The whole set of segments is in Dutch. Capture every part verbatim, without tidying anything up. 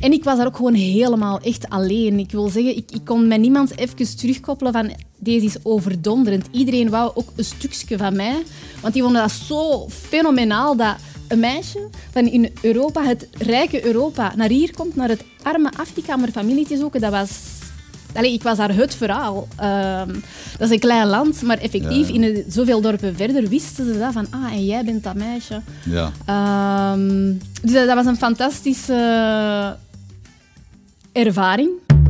En ik was daar ook gewoon helemaal echt alleen. Ik wil zeggen, ik, ik kon met niemand even terugkoppelen van deze is overdonderend. Iedereen wou ook een stukje van mij. Want die vonden dat zo fenomenaal dat een meisje van in Europa, het rijke Europa, naar hier komt, naar het arme Afrika om haar familie te zoeken. Dat was... Allee, ik was daar het verhaal. Uh, dat is een klein land, maar effectief, ja, ja. in de, zoveel dorpen verder wisten ze dat van ah, en jij bent dat meisje. Ja. Uh, dus dat, dat was een fantastische ervaring.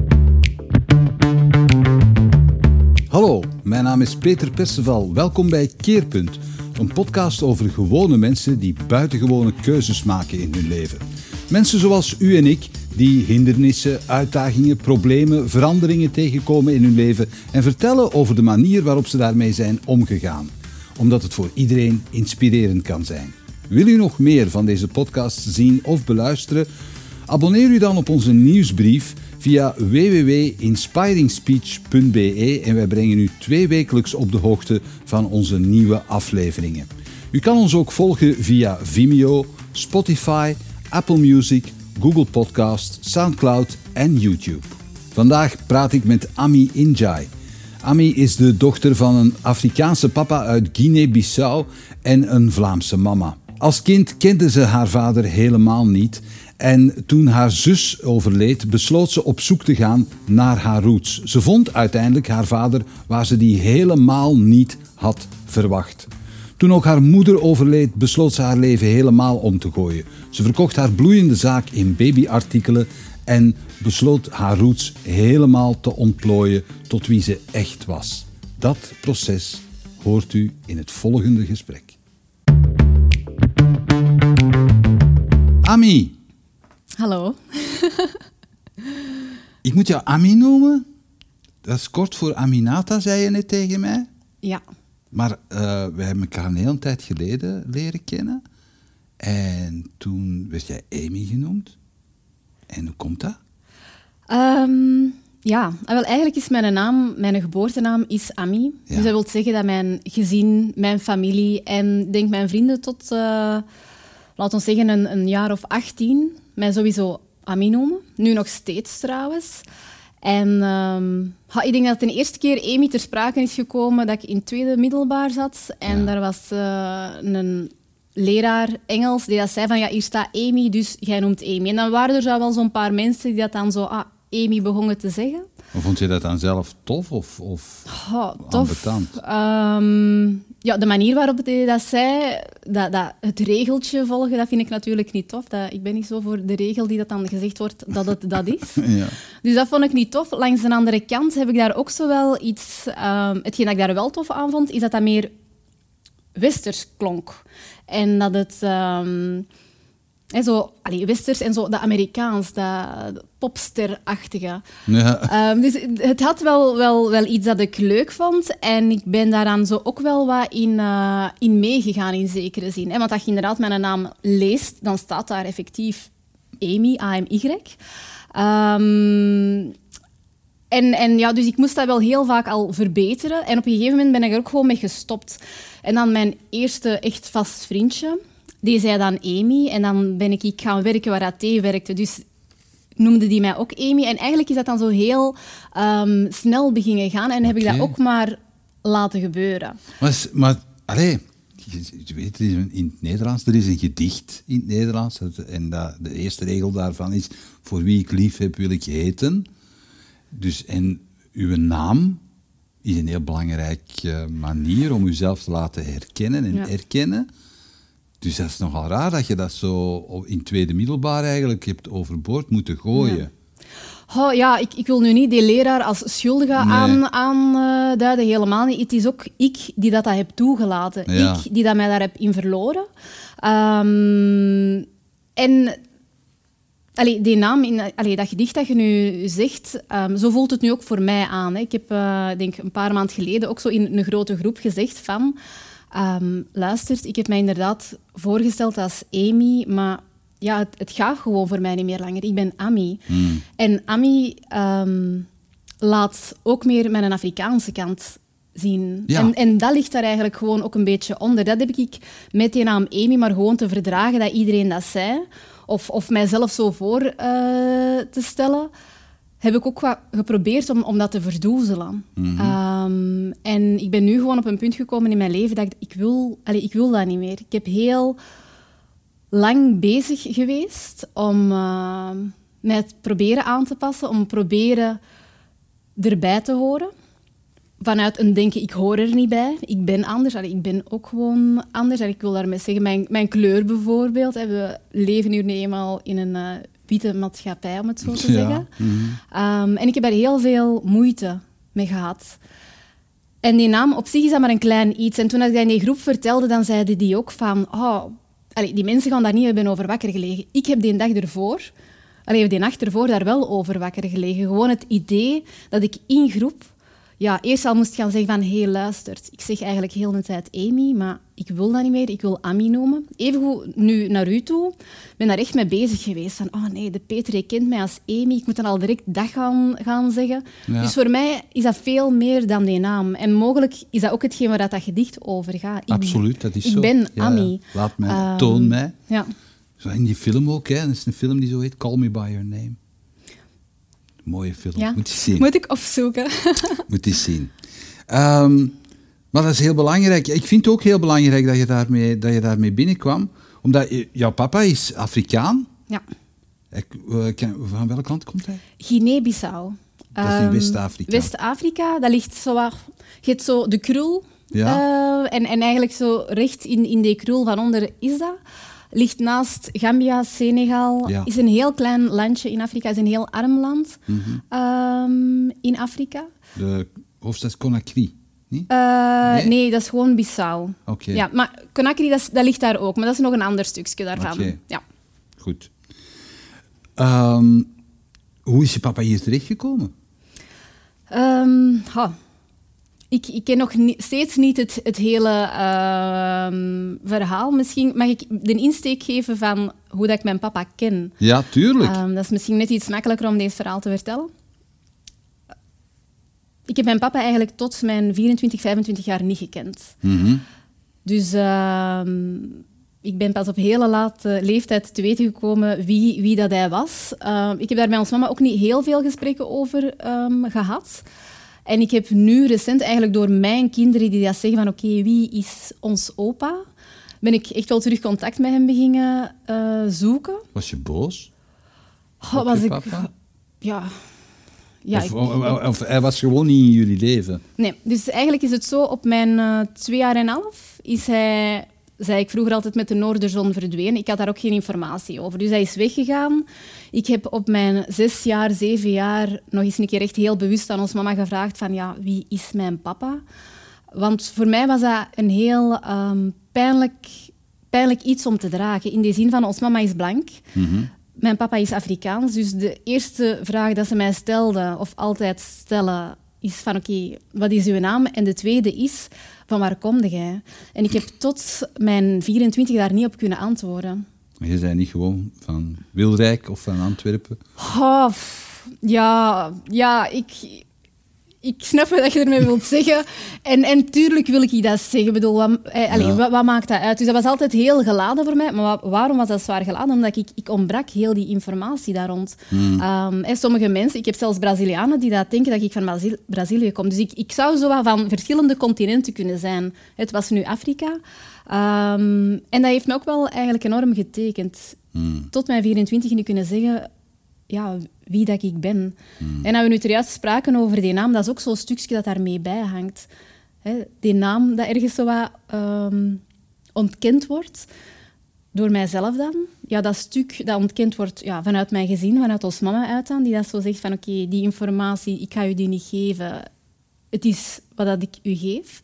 Hallo, mijn naam is Peter Perceval. Welkom bij Keerpunt, een podcast over gewone mensen die buitengewone keuzes maken in hun leven. Mensen zoals u en ik, die hindernissen, uitdagingen, problemen, veranderingen tegenkomen in hun leven en vertellen over de manier waarop ze daarmee zijn omgegaan. Omdat het voor iedereen inspirerend kan zijn. Wil u nog meer van deze podcast zien of beluisteren? Abonneer u dan op onze nieuwsbrief via w w w punt inspiring speech punt b e en wij brengen u tweewekelijks op de hoogte van onze nieuwe afleveringen. U kan ons ook volgen via Vimeo, Spotify, Apple Music, Google Podcast, Soundcloud en YouTube. Vandaag praat ik met Ami Injai. Ami is de dochter van een Afrikaanse papa uit Guinea-Bissau en een Vlaamse mama. Als kind kende ze haar vader helemaal niet en toen haar zus overleed besloot ze op zoek te gaan naar haar roots. Ze vond uiteindelijk haar vader waar ze die helemaal niet had verwacht. Toen ook haar moeder overleed, besloot ze haar leven helemaal om te gooien. Ze verkocht haar bloeiende zaak in babyartikelen en besloot haar roots helemaal te ontplooien tot wie ze echt was. Dat proces hoort u in het volgende gesprek. Ami. Hallo. Ik moet jou Ami noemen? Dat is kort voor Aminata, zei je net tegen mij. Ja. Maar uh, we hebben elkaar een hele tijd geleden leren kennen. En toen werd jij Amy genoemd. En hoe komt dat? Um, ja, wel, eigenlijk is mijn naam, mijn geboortenaam is Ami. Ja. Dus dat wil zeggen dat mijn gezin, mijn familie en denk mijn vrienden tot, uh, laten we zeggen, een, een jaar of achttien mij sowieso Ami noemen. Nu nog steeds trouwens. En um, ik denk dat het de eerste keer Amy ter sprake is gekomen dat ik in het tweede middelbaar zat. En ja. daar was uh, een leraar Engels die dat zei van ja, hier staat Amy, dus jij noemt Amy. En dan waren er zo wel zo'n paar mensen die dat dan zo ah, Amy begonnen te zeggen. Maar vond je dat dan zelf tof of, of oh, tof. ambetant? Um, ja, de manier waarop hij dat zei, dat, dat, het regeltje volgen, dat vind ik natuurlijk niet tof. Dat, ik ben niet zo voor de regel die dat dan gezegd wordt dat het dat is. Ja. Dus dat vond ik niet tof. Langs de andere kant heb ik daar ook zo wel iets... Um, hetgeen dat ik daar wel tof aan vond, is dat dat meer westers klonk. En dat het... Um, He, zo, allee, westers en zo, dat Amerikaans, dat popsterachtige. Ja. Um, dus het had wel, wel, wel iets dat ik leuk vond. En ik ben daaraan zo ook wel wat in, uh, in meegegaan, in zekere zin. He, want als je inderdaad mijn naam leest, dan staat daar effectief Amy, A M Y. Um, en, en ja, dus ik moest dat wel heel vaak al verbeteren. En op een gegeven moment ben ik er ook gewoon mee gestopt. En dan mijn eerste echt vast vriendje... Die zei dan Amy en dan ben ik, ik gaan werken waar dat thee werkte. Dus noemde die mij ook Amy. En eigenlijk is dat dan zo heel um, snel beginnen gaan en heb okay. ik dat ook maar laten gebeuren. Maar, maar allez, je weet, in het Nederlands, er is een gedicht in het Nederlands. En dat, de eerste regel daarvan is, voor wie ik lief heb, wil ik heten. Dus, en uw naam is een heel belangrijke manier om uzelf te laten herkennen en ja. erkennen. Dus dat is nogal raar dat je dat zo in tweede middelbaar eigenlijk hebt overboord moeten gooien. Ja, oh, ja ik, ik wil nu niet die leraar als schuldige nee. aan, aanduiden, helemaal niet. Het is ook ik die dat, dat heb toegelaten. Ja. Ik die dat mij daar heb in verloren. Um, en allee, die naam, in, allee, dat gedicht dat je nu zegt, um, zo voelt het nu ook voor mij aan. Hè. Ik heb uh, denk een paar maanden geleden ook zo in een grote groep gezegd van... Um, luistert, ik heb mij inderdaad voorgesteld als Amy, maar ja, het, het gaat gewoon voor mij niet meer langer. Ik ben Ami. Mm. En Ami um, laat ook meer mijn Afrikaanse kant zien. Ja. En, en dat ligt daar eigenlijk gewoon ook een beetje onder. Dat heb ik met die naam Amy maar gewoon te verdragen dat iedereen dat zei, of, of mijzelf zo voor uh, te stellen, heb ik ook wat geprobeerd om, om dat te verdoezelen. Mm-hmm. Um, en ik ben nu gewoon op een punt gekomen in mijn leven dat ik, ik, wil, allez, ik wil dat niet meer. Ik heb heel lang bezig geweest om uh, mij te proberen aan te passen, om proberen erbij te horen. Vanuit een denken, ik hoor er niet bij, ik ben anders. Allee, ik ben ook gewoon anders. En ik wil daarmee zeggen, mijn, mijn kleur bijvoorbeeld. Hè, we leven nu eenmaal in een uh, witte maatschappij, om het zo te zeggen. Ja. Mm-hmm. Um, en ik heb daar heel veel moeite mee gehad. En die naam op zich is dat maar een klein iets. En toen ik dat in die groep vertelde, dan zeiden die ook van... Oh, allee, die mensen gaan daar niet hebben over wakker gelegen. Ik heb die dag ervoor... Allee, die nacht ervoor daar wel over wakker gelegen. Gewoon het idee dat ik in groep... Ja, eerst al moest gaan zeggen van... Hé, hey, luistert. Ik zeg eigenlijk heel de tijd Amy, maar ik wil dat niet meer. Ik wil Ami noemen. Evengoed nu naar u toe. Ik ben daar echt mee bezig geweest. Van, oh nee, de Peter, je kent mij als Amy. Ik moet dan al direct dag gaan, gaan zeggen. Ja. Dus voor mij is dat veel meer dan die naam. En mogelijk is dat ook hetgeen waar dat gedicht over gaat. Ik, Absoluut, dat is ik zo. Ik ben ja, Ami. Laat mij, um, toon mij. Ja. Zo in die film ook, hè. Dat is een film die zo heet Call Me By Your Name. Mooie film. Ja. Moet je zien. Moet ik opzoeken. Moet je zien. Um, maar dat is heel belangrijk. Ik vind het ook heel belangrijk dat je daarmee, dat je daarmee binnenkwam. Omdat je, jouw papa is Afrikaan. Ja. Ik, uh, van welk land komt hij? Guinea-Bissau. Dat is in West-Afrika. Um, West-Afrika, dat ligt zo waar... Je hebt zo de krul. Ja. Uh, en, en eigenlijk zo recht in, in die krul van onder is dat. Ligt naast Gambia, Senegal. Ja. Is een heel klein landje in Afrika. Is een heel arm land mm-hmm. um, in Afrika. De hoofdstad is Conakry, niet? Uh, nee? nee, dat is gewoon Bissau. Okay. Ja, maar Conakry, dat, is, dat ligt daar ook. Maar dat is nog een ander stukje daarvan. Okay. Ja. Goed. Um, hoe is je papa hier terechtgekomen? Um, oh. Ik, ik ken nog niet, steeds niet het, het hele uh, verhaal. Misschien mag ik de insteek geven van hoe dat ik mijn papa ken. Ja, tuurlijk. Um, dat is misschien net iets makkelijker om deze verhaal te vertellen. Ik heb mijn papa eigenlijk tot mijn vierentwintig, vijfentwintig jaar niet gekend. Mm-hmm. Dus uh, ik ben pas op hele late leeftijd te weten gekomen wie, wie dat hij was. Uh, ik heb daar met ons mama ook niet heel veel gesprekken over um, gehad. En ik heb nu recent eigenlijk door mijn kinderen die dat zeggen van oké, okay, wie is ons opa? Ben ik echt wel terug contact met hem beginnen uh, zoeken. Was je boos? Oh, was ik... Papa? Ja... Ja, of, ik, of, of hij was gewoon niet in jullie leven? Nee, dus eigenlijk is het zo, op mijn uh, twee jaar en een half is hij, zei ik vroeger altijd, met de noorderzon verdwenen. Ik had daar ook geen informatie over. Dus hij is weggegaan. Ik heb op mijn zes jaar, zeven jaar nog eens een keer echt heel bewust aan ons mama gevraagd van ja, wie is mijn papa? Want voor mij was dat een heel um, pijnlijk, pijnlijk iets om te dragen. In de zin van, ons mama is blank. Mm-hmm. Mijn papa is Afrikaans, dus de eerste vraag dat ze mij stelde, of altijd stellen, is van oké, okay, wat is uw naam? En de tweede is, van waar kom jij? En ik heb tot mijn vierentwintig daar niet op kunnen antwoorden. Je zei niet gewoon van Wilrijk of van Antwerpen? Oh, ja, ja, ik... Ik snap wat je ermee wilt zeggen. En, en tuurlijk wil ik dat zeggen. Ik bedoel, wat, eh, allez, ja. wat, wat maakt dat uit? Dus dat was altijd heel geladen voor mij. Maar wat, waarom was dat zwaar geladen? Omdat ik, ik ontbrak heel die informatie daar rond. Hmm. Um, en sommige mensen, ik heb zelfs Brazilianen die dat denken dat ik van Brazil, Brazilië kom. Dus ik, ik zou zo wat van verschillende continenten kunnen zijn. Het was nu Afrika. Um, en dat heeft me ook wel eigenlijk enorm getekend. Hmm. Tot mijn vierentwintig nu kunnen zeggen... Ja, wie dat ik ben. Hmm. En als we nu juist spraken over die naam, dat is ook zo'n stukje dat daarmee bijhangt. He, die naam dat ergens zo wat um, ontkend wordt, door mijzelf dan. Ja, dat stuk dat ontkend wordt ja, vanuit mijn gezin, vanuit ons mama uit dan, die dat zo zegt van oké, okay, die informatie, ik ga u die niet geven. Het is wat dat ik u geef.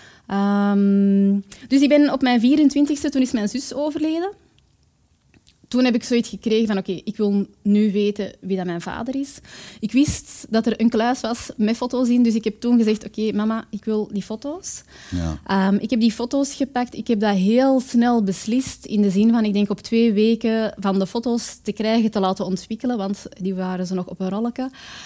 Um, dus ik ben op mijn vierentwintigste, toen is mijn zus overleden. Toen heb ik zoiets gekregen van, oké, okay, ik wil nu weten wie dat mijn vader is. Ik wist dat er een kluis was met foto's in, dus ik heb toen gezegd, oké, okay, mama, ik wil die foto's. Ja. Um, ik heb die foto's gepakt. Ik heb dat heel snel beslist, in de zin van, ik denk op twee weken van de foto's te krijgen, te laten ontwikkelen, want die waren ze nog op een rolletje.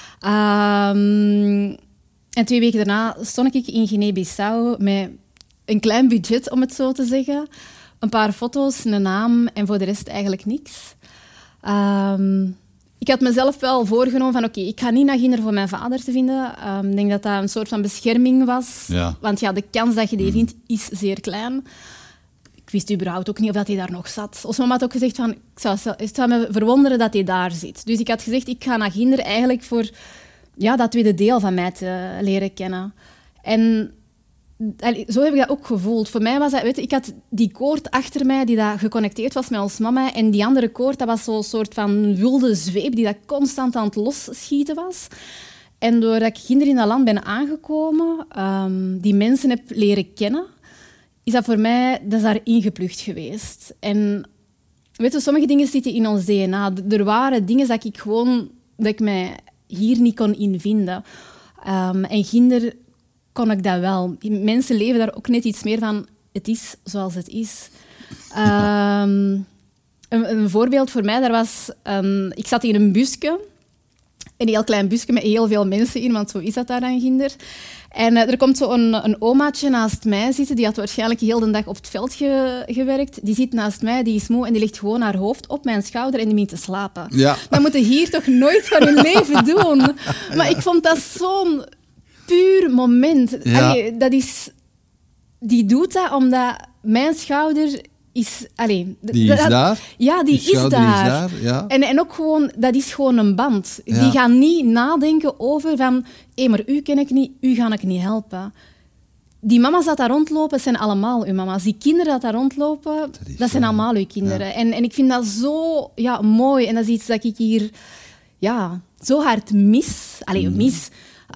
Um, en twee weken daarna stond ik in Guinea-Bissau met een klein budget, om het zo te zeggen. Een paar foto's, een naam en voor de rest eigenlijk niks. Um, ik had mezelf wel voorgenomen van oké, okay, ik ga niet naar Ginder voor mijn vader te vinden. Um, ik denk dat dat een soort van bescherming was. Ja. Want ja, de kans dat je die vindt is zeer klein. Ik wist überhaupt ook niet of dat hij daar nog zat. Ons mama had ook gezegd van, ik zou, het zou me verwonderen dat hij daar zit. Dus ik had gezegd, ik ga naar Ginder eigenlijk voor ja, dat tweede deel van mij te leren kennen. En zo heb ik dat ook gevoeld. Voor mij was dat, weet je, ik had die koord achter mij die dat geconnecteerd was met ons mama. En die andere koord, dat was zo'n soort van wilde zweep die dat constant aan het losschieten was. En doordat ik Ginder in dat land ben aangekomen, um, die mensen heb leren kennen, is dat voor mij, dat is daar ingeplucht geweest. En weet je, sommige dingen zitten in ons D N A. Er waren dingen dat ik gewoon, dat ik mij hier niet kon invinden. Um, en Ginder kon ik dat wel. Mensen leven daar ook net iets meer van, het is zoals het is. Um, een, een voorbeeld voor mij, daar was, um, ik zat in een busje, een heel klein busje met heel veel mensen in, want zo is dat daar aan Ginder. En uh, er komt zo een, een omaatje naast mij zitten, die had waarschijnlijk heel de dag op het veld ge, gewerkt. Die zit naast mij, die is moe en die legt gewoon haar hoofd op mijn schouder en die begint te slapen. Ja. Dat moeten hier toch nooit van hun leven doen. Maar ik vond dat zo'n puur moment. Ja. Allee, dat is, die doet dat omdat mijn schouder is... Allee, die is dat, daar? Ja, die, die is daar. Is daar ja. En, en ook gewoon, dat is gewoon een band. Ja. Die gaan niet nadenken over van... Hé, maar u ken ik niet, u ga ik niet helpen. Die mama's dat daar rondlopen, zijn allemaal uw mama's. Die kinderen dat daar rondlopen, dat, dat zijn allemaal uw kinderen. Ja. En, en ik vind dat zo ja, mooi. En dat is iets dat ik hier ja, zo hard mis. Allee, mm. mis...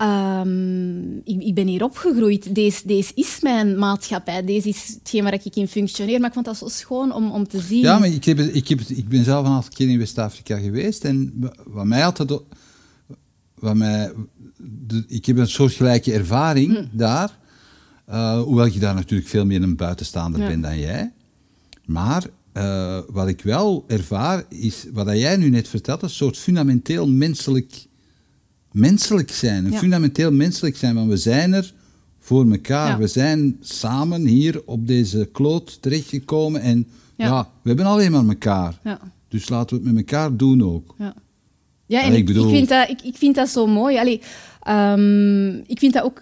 Um, ik, ik ben hier opgegroeid. Deze, deze is mijn maatschappij. Deze is hetgeen waar ik in functioneer. Maar ik vond dat zo schoon om, om te zien. Ja, maar ik, heb, ik, heb, ik ben zelf een aantal keer in West-Afrika geweest. En wat mij altijd... Wat mij, de, ik heb een soortgelijke ervaring hm. daar. Uh, hoewel je daar natuurlijk veel meer een buitenstaander ja. bent dan jij. Maar uh, wat ik wel ervaar, is wat jij nu net vertelt, een soort fundamenteel menselijk... menselijk zijn, een ja. fundamenteel menselijk zijn, want we zijn er voor elkaar. Ja. We zijn samen hier op deze kloot terechtgekomen en ja, ja we hebben alleen maar elkaar. Ja. Dus laten we het met elkaar doen ook. Ja, ja en Allee, ik, ik, bedoel... ik, vind dat, ik, ik vind dat zo mooi. Allee, um, ik vind dat ook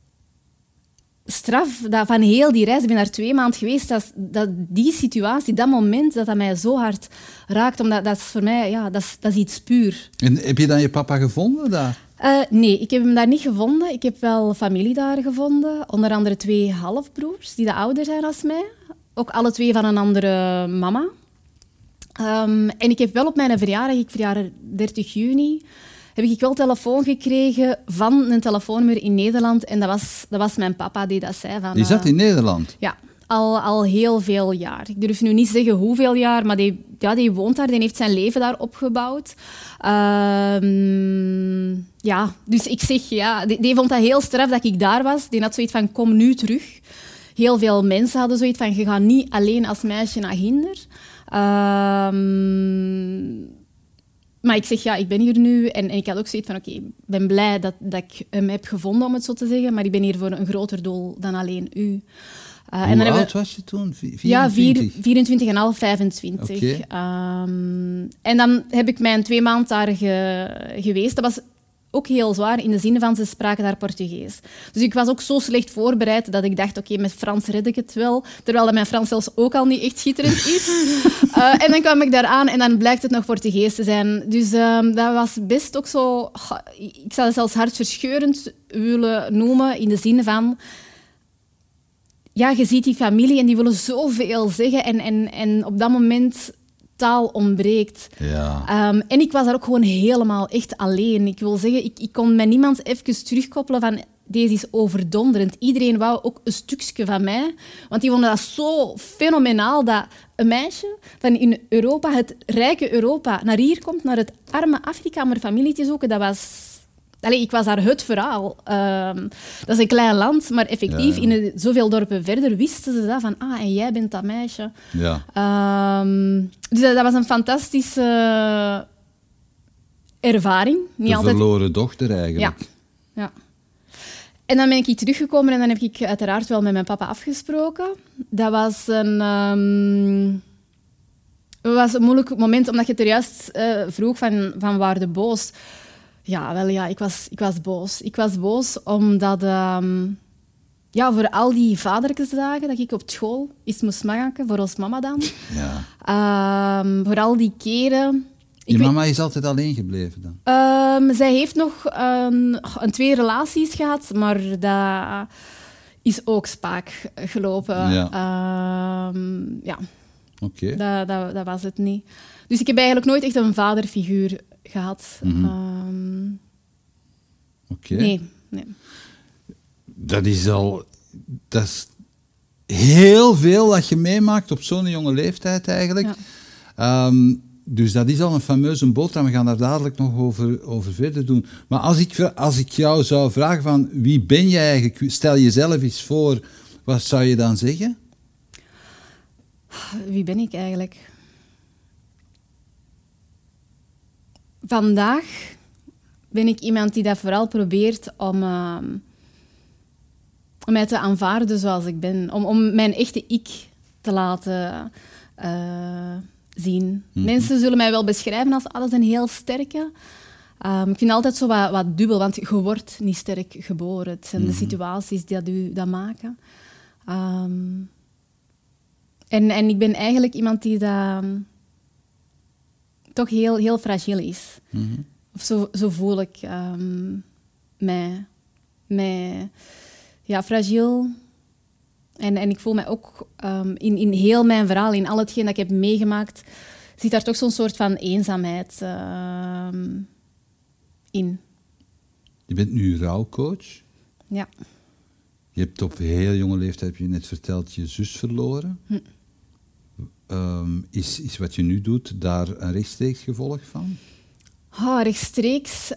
straf, dat van heel die reis, ik ben daar twee maanden geweest, dat, dat die situatie, dat moment, dat dat mij zo hard raakt, omdat dat is voor mij, ja, dat is, dat is iets puur. En heb je dan je papa gevonden daar? Uh, nee, ik heb hem daar niet gevonden. Ik heb wel familie daar gevonden, onder andere twee halfbroers, die de ouder zijn als mij. Ook alle twee van een andere mama. Um, en ik heb wel op mijn verjaardag, ik verjaar dertig juni, heb ik wel telefoon gekregen van een telefoonnummer in Nederland. En dat was, dat was mijn papa die dat zei. Van, die zat in Nederland? Ja, al, al heel veel jaar. Ik durf nu niet zeggen hoeveel jaar, maar die, ja, die woont daar. Die heeft zijn leven daar opgebouwd. Um, ja, dus ik zeg, ja, die, die vond dat heel straf dat ik daar was. Die had zoiets van, kom nu terug. Heel veel mensen hadden zoiets van, je gaat niet alleen als meisje naar Ginder. Um, Maar ik zeg, ja, ik ben hier nu. En, en ik had ook zoiets van, oké, okay, ik ben blij dat, dat ik hem heb gevonden, om het zo te zeggen. Maar ik ben hier voor een groter doel dan alleen u. Uh, Hoe en dan oud we, was je toen? vierentwintig? Ja, vierentwintig en half, vijfentwintig. Okay. Um, en dan heb ik mijn twee maanden daar ge, geweest. Dat was ook heel zwaar, in de zin van, ze spraken daar Portugees. Dus ik was ook zo slecht voorbereid dat ik dacht, oké, okay, met Frans red ik het wel. Terwijl mijn Frans zelfs ook al niet echt schitterend is. uh, en dan kwam ik daar aan en dan blijkt het nog Portugees te zijn. Dus um, dat was best ook zo... Ik zou het zelfs hartverscheurend willen noemen, in de zin van... Ja, je ziet die familie en die willen zoveel zeggen. En, en, en op dat moment... taal ontbreekt. Ja. Um, en ik was daar ook gewoon helemaal echt alleen. Ik wil zeggen, ik, ik kon met niemand even terugkoppelen van deze is overdonderend. Iedereen wou ook een stukje van mij. Want die vonden dat zo fenomenaal dat een meisje van in Europa, het rijke Europa, naar hier komt, naar het arme Afrika om haar familie te zoeken. Dat was... Allee, ik was daar het verhaal. Um, dat is een klein land, maar effectief, ja, ja. in de, zoveel dorpen verder wisten ze dat van, ah, en jij bent dat meisje. Ja. Um, dus dat, dat was een fantastische ervaring. Niet de altijd... verloren dochter eigenlijk. Ja. ja. En dan ben ik hier teruggekomen en dan heb ik uiteraard wel met mijn papa afgesproken. Dat was een... Um, Het was een moeilijk moment, omdat je het er juist uh, vroeg van, van waar de boos. Ja, wel ja, ik was, ik was boos. Ik was boos omdat... Um, ja, voor al die vadertjesdagen dat ik op school iets moest maken, voor ons mama dan. Ja. Um, voor al die keren... Je mama is altijd alleen gebleven dan? Um, zij heeft nog een, een twee relaties gehad, maar dat is ook spaak gelopen. Ja. Um, ja. Oké. Okay. Dat, dat, dat was het niet. Dus ik heb eigenlijk nooit echt een vaderfiguur gehad. Mm-hmm. Um, Oké. Okay. Nee, nee. Dat is al... Dat is heel veel dat je meemaakt op zo'n jonge leeftijd eigenlijk. Ja. Um, dus dat is al een fameuze boterham. We gaan daar dadelijk nog over, over verder doen. Maar als ik, als ik jou zou vragen van wie ben jij eigenlijk? Stel jezelf eens voor. Wat zou je dan zeggen? Wie ben ik eigenlijk? Vandaag ben ik iemand die dat vooral probeert om... Uh, om mij te aanvaarden zoals ik ben. Om, om mijn echte ik te laten uh, zien. Mm-hmm. Mensen zullen mij wel beschrijven als alles een heel sterke. Um, ik vind het altijd zo wat, wat dubbel, want je wordt niet sterk geboren. Het zijn mm-hmm. de situaties die dat u dat maken. Um, en, en ik ben eigenlijk iemand die dat, um, toch heel, heel fragiel is. Mm-hmm. Of zo, zo voel ik um, mij... mij Ja, fragiel. En, en ik voel mij ook um, in, in heel mijn verhaal, in al hetgeen dat ik heb meegemaakt, zit daar toch zo'n soort van eenzaamheid uh, in. Je bent nu rouwcoach. Ja. Je hebt op heel jonge leeftijd, heb je net verteld, je zus verloren. Hm. Um, is, is wat je nu doet daar een rechtstreeks gevolg van? Oh, rechtstreeks...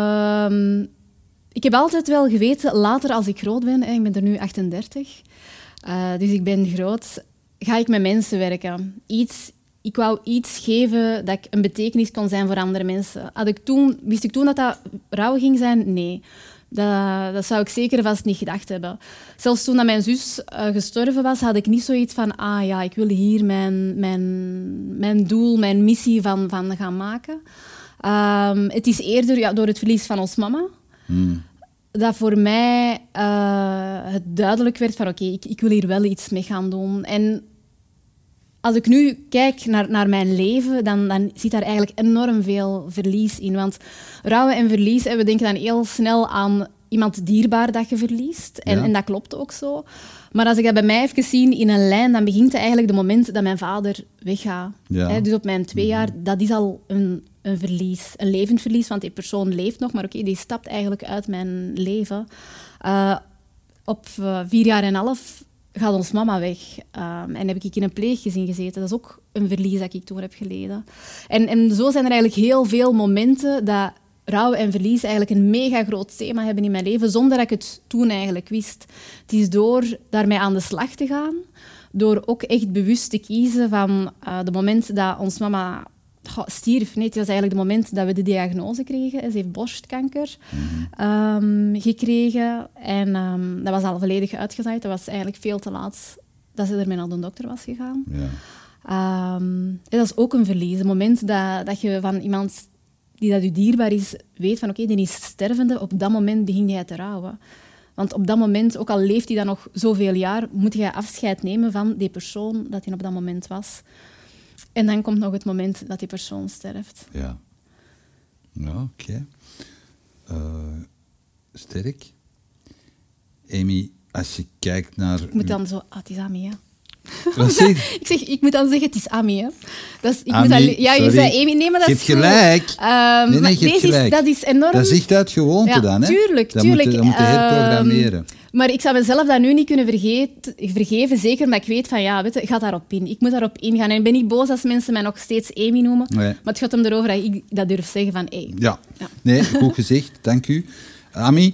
Uh, Ik heb altijd wel geweten, later als ik groot ben, ik ben er nu achtendertig, uh, dus ik ben groot, ga ik met mensen werken. Iets, ik wou iets geven dat ik een betekenis kon zijn voor andere mensen. Had ik toen, wist ik toen dat dat rouw ging zijn? Nee. Dat, dat zou ik zeker vast niet gedacht hebben. Zelfs toen dat mijn zus uh, gestorven was, had ik niet zoiets van ah ja, ik wil hier mijn, mijn, mijn doel, mijn missie van, van gaan maken. Um, het is eerder ja, door het verlies van ons mama. Hmm. Dat voor mij uh, het duidelijk werd van oké, okay, ik, ik wil hier wel iets mee gaan doen. En als ik nu kijk naar, naar mijn leven, dan, dan zit daar eigenlijk enorm veel verlies in. Want rouwen en verlies, we denken dan heel snel aan iemand dierbaar dat je verliest. En, ja. en dat klopt ook zo. Maar als ik dat bij mij even zie in een lijn, dan begint het eigenlijk het moment dat mijn vader weggaat. Ja. He, dus op mijn twee jaar, dat is al een, een verlies. Een levend verlies, want die persoon leeft nog, maar oké, okay, die stapt eigenlijk uit mijn leven. Uh, op uh, vier jaar en een half gaat ons mama weg. Um, en heb ik in een pleeggezin gezeten. Dat is ook een verlies dat ik toen heb geleden. En, en zo zijn er eigenlijk heel veel momenten dat rouw en verlies eigenlijk een mega groot thema hebben in mijn leven, zonder dat ik het toen eigenlijk wist. Het is door daarmee aan de slag te gaan, door ook echt bewust te kiezen van uh, de moment dat ons mama oh, stierf. Nee, het was eigenlijk het moment dat we de diagnose kregen. Ze heeft borstkanker um, gekregen. En um, dat was al volledig uitgezaaid. Dat was eigenlijk veel te laat dat ze ermee naar de dokter was gegaan. Ja. Um, dat is ook een verlies. Het moment dat, dat je van iemand die dat u dierbaar is, weet van oké, okay, die is stervende, op dat moment begint hij te rouwen. Want op dat moment, ook al leeft hij dan nog zoveel jaar, moet je afscheid nemen van die persoon dat hij op dat moment was. En dan komt nog het moment dat die persoon sterft. Ja. Ja, oké. Okay. Uh, sterk. Amy, als je kijkt naar... Ik moet dan zo... Ah, het is Ami, hè. Wat zeg je? ik, zeg, ik moet dan zeggen, het is Ami, hè. Dat is, ik Ami, moet dan, ja, je zei Amy, nee, maar dat je is hebt gelijk. Um, nee, nee, je hebt gelijk. Is, dat is enorm... Dat is echt uit gewoonte ja, dan, hè? Tuurlijk, dat tuurlijk. Moet je, dat moet je herprogrammeren. Um, maar ik zou mezelf dat nu niet kunnen vergeet, vergeven, zeker omdat ik weet van, ja, weet je, ik ga daarop in. Ik moet daarop ingaan. En ik ben niet boos als mensen mij nog steeds Amy noemen, nee. Maar het gaat hem erover dat ik dat durf zeggen van, hey. Ja. ja, nee, goed gezegd, dank u. Ami?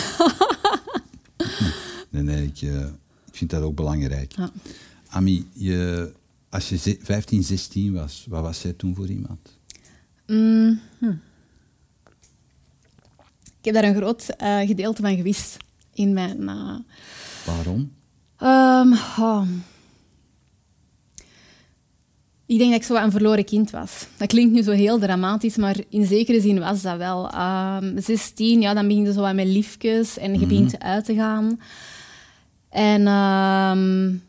nee, nee, ik, uh, ik vind dat ook belangrijk. Ja. Ami, je, als je vijftien, zestien was, wat was jij toen voor iemand? Mm, hm. Ik heb daar een groot uh, gedeelte van gewist in mijn... Uh... Waarom? Um, oh. Ik denk dat ik zo een verloren kind was. Dat klinkt nu zo heel dramatisch, maar in zekere zin was dat wel. Um, zestien, ja, dan begin je zo wat met liefjes en je mm-hmm. begint uit te gaan. En... Um,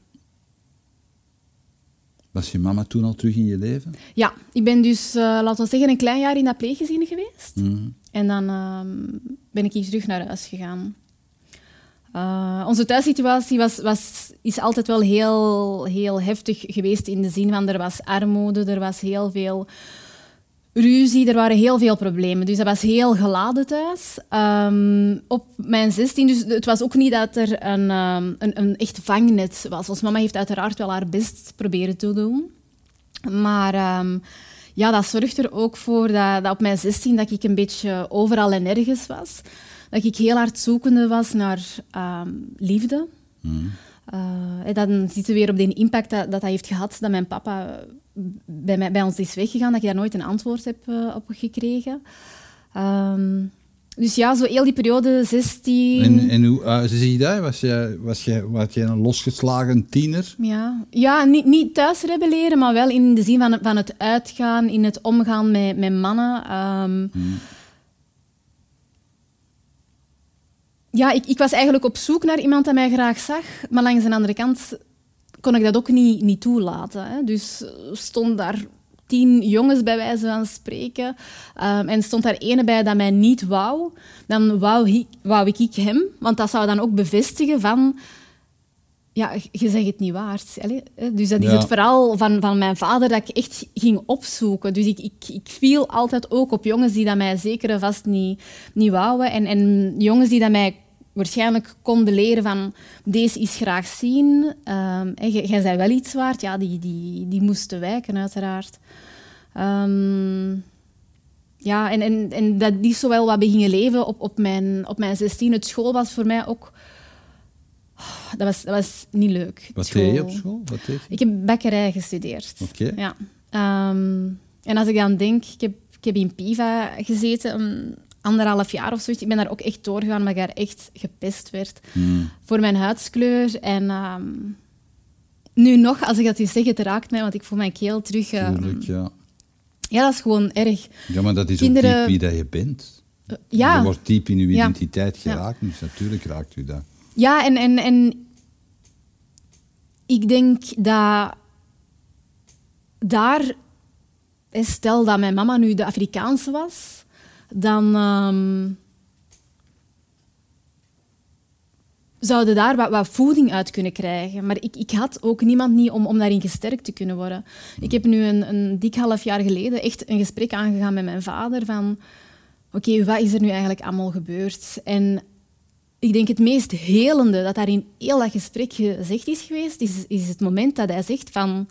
Was je mama toen al terug in je leven? Ja, ik ben dus, uh, laten we zeggen, een klein jaar in dat pleeggezin geweest. Mm. En dan uh, ben ik hier terug naar huis gegaan. Uh, onze thuissituatie was, was, is altijd wel heel, heel heftig geweest in de zin van er was armoede, er was heel veel ruzie, er waren heel veel problemen. Dus dat was heel geladen thuis. Um, op mijn zestien, dus het was ook niet dat er een, um, een, een echt vangnet was. Ons mama heeft uiteraard wel haar best proberen te doen. Maar um, ja, dat zorgde er ook voor dat, dat op mijn zestien dat ik een beetje overal en nergens was. Dat ik heel hard zoekende was naar um, liefde. Mm. Uh, en dan zitten we weer op de impact dat, dat dat heeft gehad dat mijn papa bij, mij, bij ons is weggegaan, dat ik daar nooit een antwoord heb uh, op gekregen. Um, dus ja, zo heel die periode, zestien... En, en hoe uh, zie je dat? Was jij, was jij, was jij een losgeslagen tiener? Ja, ja niet, niet thuis rebelleren, maar wel in de zin van, van het uitgaan, in het omgaan met, met mannen. Um, hmm. Ja, ik, ik was eigenlijk op zoek naar iemand dat mij graag zag, maar langs de andere kant kon ik dat ook niet, niet toelaten. Hè. Dus stond daar tien jongens bij wijze van spreken um, en stond daar ene bij dat mij niet wou, dan wou ik, wou ik, ik hem, want dat zou dan ook bevestigen van ja, je zegt het niet waard. Allez, dus dat is ja. het verhaal van, van mijn vader dat ik echt ging opzoeken. Dus ik, ik, ik viel altijd ook op jongens die dat mij zeker en vast niet, niet wouden. En, en jongens die dat mij waarschijnlijk konden leren van deze is graag zien. Um, jij bent wel iets waard. Ja, die, die, die moesten wijken, uiteraard. Um, ja, en, en, en dat is zo wel wat beginnen leven op, op, mijn, op mijn zestien. Het school was voor mij ook... Dat was, dat was niet leuk. Wat school. deed je op school? Wat deed je? Ik heb bakkerij gestudeerd. Oké. Ja. Um, en als ik dan denk... Ik heb, ik heb in Piva gezeten, een anderhalf jaar of zoiets. Ik ben daar ook echt doorgegaan, omdat ik daar echt gepest werd. Hmm. Voor mijn huidskleur. En um, nu nog, als ik dat eens zeg, het raakt mij, want ik voel mijn keel terug... Um, Tuurlijk, ja. Ja, dat is gewoon erg. Ja, maar dat is Kinderen... ook diep wie dat je bent. Uh, ja. Je wordt diep in je identiteit ja. geraakt, ja. dus natuurlijk raakt u dat. Ja, en, en, en ik denk dat daar, stel dat mijn mama nu de Afrikaanse was, dan um, zouden daar wat, wat voeding uit kunnen krijgen. Maar ik, ik had ook niemand niet om, om daarin gesterkt te kunnen worden. Ik heb nu een, een dik half jaar geleden echt een gesprek aangegaan met mijn vader van oké, okay, wat is er nu eigenlijk allemaal gebeurd? En ik denk het meest helende dat daar in heel dat gesprek gezegd is geweest, is, is het moment dat hij zegt van...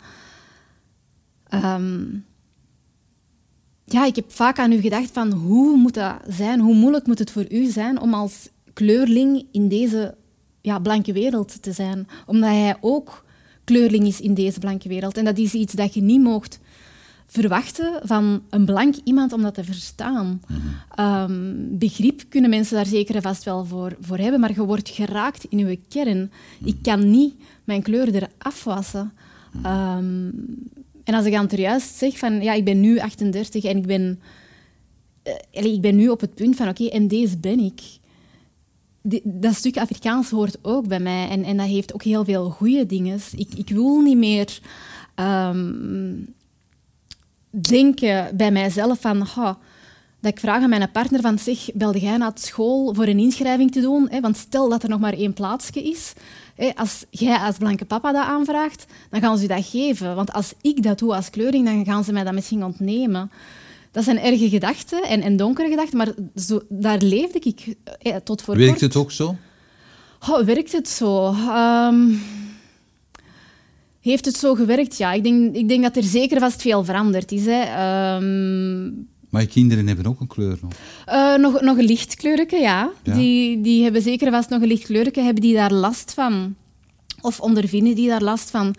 Um, ja, ik heb vaak aan u gedacht van hoe moet dat zijn, hoe moeilijk moet het voor u zijn om als kleurling in deze ja, blanke wereld te zijn. Omdat hij ook kleurling is in deze blanke wereld. En dat is iets dat je niet moogt verwachten van een blank iemand om dat te verstaan. Mm-hmm. Um, begrip kunnen mensen daar zeker en vast wel voor, voor hebben, maar je wordt geraakt in je kern. Mm-hmm. Ik kan niet mijn kleur eraf wassen. Um, en als ik dan er juist zeg van, ja, ik ben nu achtendertig en ik ben, uh, ik ben nu op het punt van, oké, okay, en deze ben ik. Die, dat stuk Afrikaans hoort ook bij mij en, en dat heeft ook heel veel goede dingen. Ik, ik wil niet meer... Um, denken bij mijzelf van... Oh, dat ik vraag aan mijn partner van... Zeg, belde jij naar school voor een inschrijving te doen? Hè? Want stel dat er nog maar één plaatsje is. Hè? Als jij als blanke papa dat aanvraagt, dan gaan ze je dat geven. Want als ik dat doe als kleuring, dan gaan ze mij dat misschien ontnemen. Dat zijn erge gedachten en, en donkere gedachten, maar zo, daar leefde ik eh, tot voor Werkt kort. het ook zo? Oh, werkt het zo? Um, heeft het zo gewerkt? Ja, ik denk, ik denk dat er zeker vast veel veranderd is. Hè. Um, maar je kinderen hebben ook een kleur nog? Uh, nog, nog een lichtkleurige, ja. ja. Die, die hebben zeker vast nog een lichtkleurige. Hebben die daar last van? Of ondervinden die daar last van?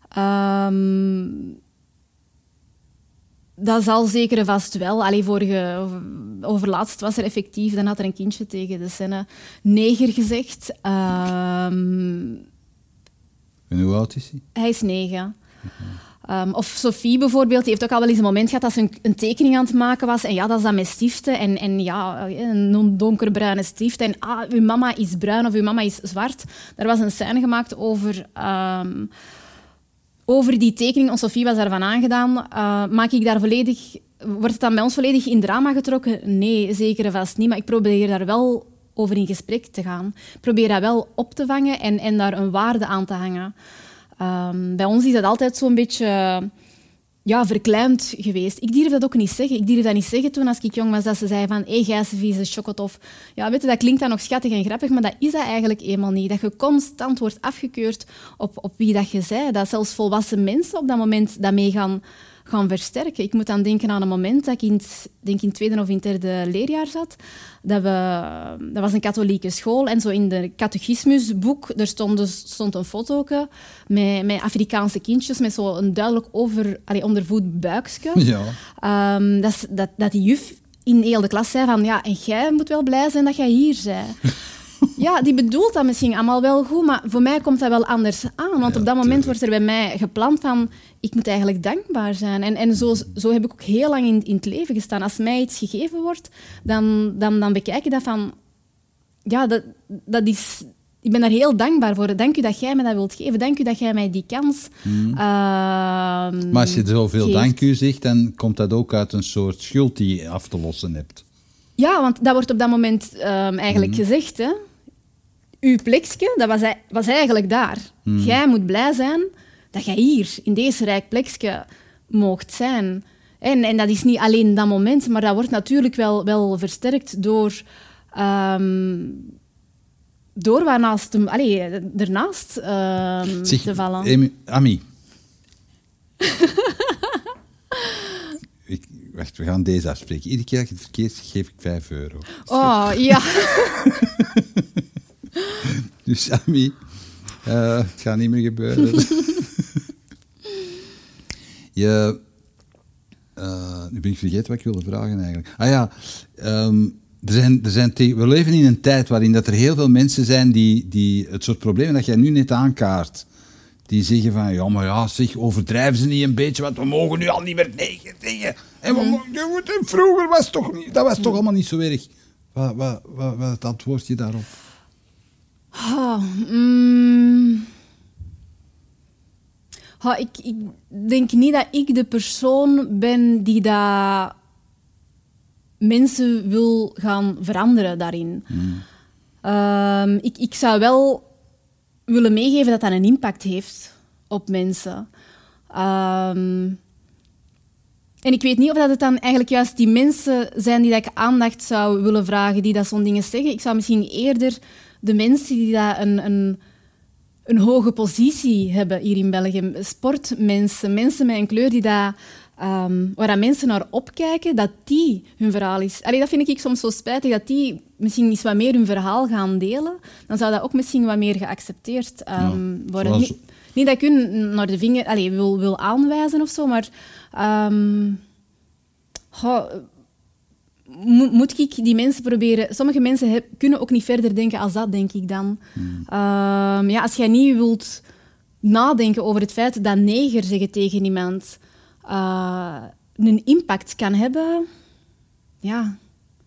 Um, dat zal zeker en vast wel. Allee, vorige, overlaatst was er effectief, dan had er een kindje tegen de scène neger gezegd. Um, en hoe oud is hij? Hij is negen. Um, of Sophie bijvoorbeeld, die heeft ook al wel eens een moment gehad dat ze een, een tekening aan het maken was. En ja, dat is dan met stiften. En, en ja, een donkerbruine stift. En ah, uw mama is bruin of uw mama is zwart. Daar was een scène gemaakt over... Um, over die tekening. Ons Sophie was daarvan aangedaan. Uh, maak ik daar volledig... Wordt het dan bij ons volledig in drama getrokken? Nee, zeker en vast niet. Maar ik probeer daar wel over in gesprek te gaan. Ik probeer dat wel op te vangen en, en daar een waarde aan te hangen. Um, bij ons is dat altijd zo'n beetje ja, verkleind geweest. Ik durf dat ook niet zeggen. Ik durf dat niet zeggen toen als ik jong was, dat ze zei van hé, gij vieze chocotof. Ja, weet je, dat klinkt dan nog schattig en grappig, maar dat is dat eigenlijk eenmaal niet. Dat je constant wordt afgekeurd op, op wie dat je zei. Dat zelfs volwassen mensen op dat moment dat mee gaan, gaan versterken. Ik moet dan denken aan een moment dat ik in het, denk in het tweede of in het derde leerjaar zat. Dat, we, dat was een katholieke school en zo in de catechismusboek er stond, dus, stond een foto met, met Afrikaanse kindjes met zo'n duidelijk over, allee, ondervoed buikje. Ja. Um, dat, dat, dat die juf in heel de klas zei van ja, en jij moet wel blij zijn dat jij hier bent. Ja, die bedoelt dat misschien allemaal wel goed, maar voor mij komt dat wel anders aan. Want ja, op dat moment tuurlijk. wordt er bij mij gepland van ik moet eigenlijk dankbaar zijn. En, en zo, zo heb ik ook heel lang in, in het leven gestaan. Als mij iets gegeven wordt, dan, dan, dan bekijk je dat van... Ja, dat, dat is... Ik ben daar heel dankbaar voor. Dank u dat jij me dat wilt geven. Dank u dat jij mij die kans hmm. uh, Maar als je zoveel geeft. Dank u zegt, dan komt dat ook uit een soort schuld die je af te lossen hebt. Ja, want dat wordt op dat moment um, eigenlijk hmm. gezegd. Hè. Uw plekje, dat was, was eigenlijk daar. Hmm. Jij moet blij zijn dat jij hier, in deze rijk plekje, moogt zijn. En, en dat is niet alleen dat moment, maar dat wordt natuurlijk wel, wel versterkt door... Um, door waarnaast te, allee, ernaast um, zeg, te vallen. Amy, Ami. ik, wacht, we gaan deze afspreken. Iedere keer dat je het verkeerd geef ik vijf euro. Oh, ja. Dus Ami, uh, het gaat niet meer gebeuren. je, uh, nu ben ik vergeten wat ik wilde vragen eigenlijk. Ah ja, um, er zijn, er zijn te, we leven in een tijd waarin dat er heel veel mensen zijn die, die het soort problemen dat jij nu net aankaart, die zeggen van, ja, maar ja, zeg, overdrijven ze niet een beetje, want we mogen nu al niet meer negen zeggen. En we mogen, vroeger was het toch niet, dat was toch allemaal niet zo erg. Wat, wat, wat, wat antwoord je daarop? Oh, mm. oh, ik, ik denk niet dat ik de persoon ben die dat mensen wil gaan veranderen daarin. Mm. Um, ik, ik zou wel willen meegeven dat dat een impact heeft op mensen. Um, en ik weet niet of dat het dan eigenlijk juist die mensen zijn die dat ik aandacht zou willen vragen, die dat zo'n dingen zeggen. Ik zou misschien eerder de mensen die dat een, een, een hoge positie hebben hier in België, sportmensen, mensen met een kleur die dat... Um, waar dat mensen naar opkijken, dat die hun verhaal is. Allee, dat vind ik soms zo spijtig, dat die misschien eens wat meer hun verhaal gaan delen. Dan zou dat ook misschien wat meer geaccepteerd um, ja, worden. Zoals... Niet, niet dat ik hun naar de vinger allee, wil, wil aanwijzen of zo, maar... Um, oh, mo- moet ik die mensen proberen... Sommige mensen heb, kunnen ook niet verder denken als dat, denk ik dan. Hmm. Um, ja, als jij niet wilt nadenken over het feit dat neger zeggen tegen iemand... Uh, een impact kan hebben, ja.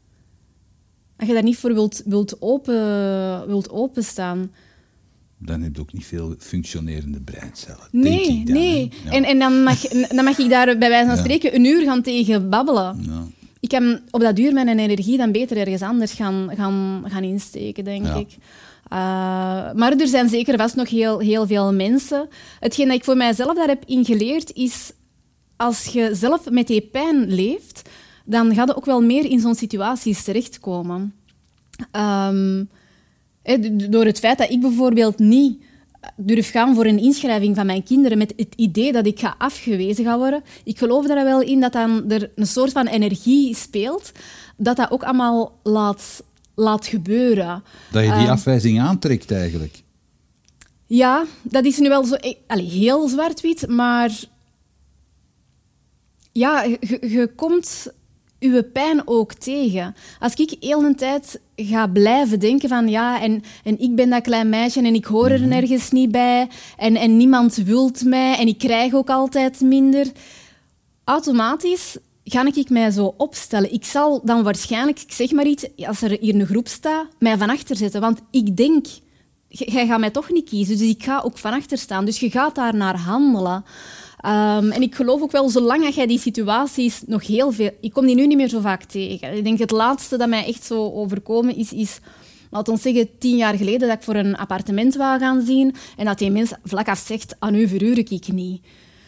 Als je daar niet voor wilt, wilt, open, wilt openstaan. Dan heb je ook niet veel functionerende breincellen. Nee, denk ik dan, nee. Ja. En, en dan, mag, dan mag ik daar bij wijze van spreken ja. een uur gaan tegen babbelen. Ja. Ik kan op dat uur mijn energie dan beter ergens anders gaan, gaan, gaan insteken, denk ja. ik. Uh, maar er zijn zeker vast nog heel, heel veel mensen. Hetgeen dat ik voor mijzelf daar heb ingeleerd is... Als je zelf met die pijn leeft, dan ga je ook wel meer in zo'n situaties terechtkomen. Um, door het feit dat ik bijvoorbeeld niet durf gaan voor een inschrijving van mijn kinderen met het idee dat ik ga afgewezen ga worden. Ik geloof er wel in dat dan er een soort van energie speelt, dat dat ook allemaal laat, laat gebeuren. Dat je die uh, afwijzing aantrekt eigenlijk. Ja, dat is nu wel zo... Allez, heel zwart-wit, maar... Ja, je, je komt uw pijn ook tegen. Als ik heel een tijd ga blijven denken van ja, en, en ik ben dat klein meisje en ik hoor er nergens niet bij en, en niemand wilt mij en ik krijg ook altijd minder, automatisch ga ik mij zo opstellen. Ik zal dan waarschijnlijk, ik zeg maar iets, als er hier een groep staat, mij van achter zetten. Want ik denk, jij gaat mij toch niet kiezen, dus ik ga ook van achter staan. Dus je gaat daar naar handelen. Um, en ik geloof ook wel, zolang dat jij die situaties nog heel veel... Ik kom die nu niet meer zo vaak tegen. Ik denk het laatste dat mij echt zo overkomen is... is laten we zeggen, tien jaar geleden dat ik voor een appartement wou gaan zien en dat die mens vlak af zegt, aan u verhuur ik niet.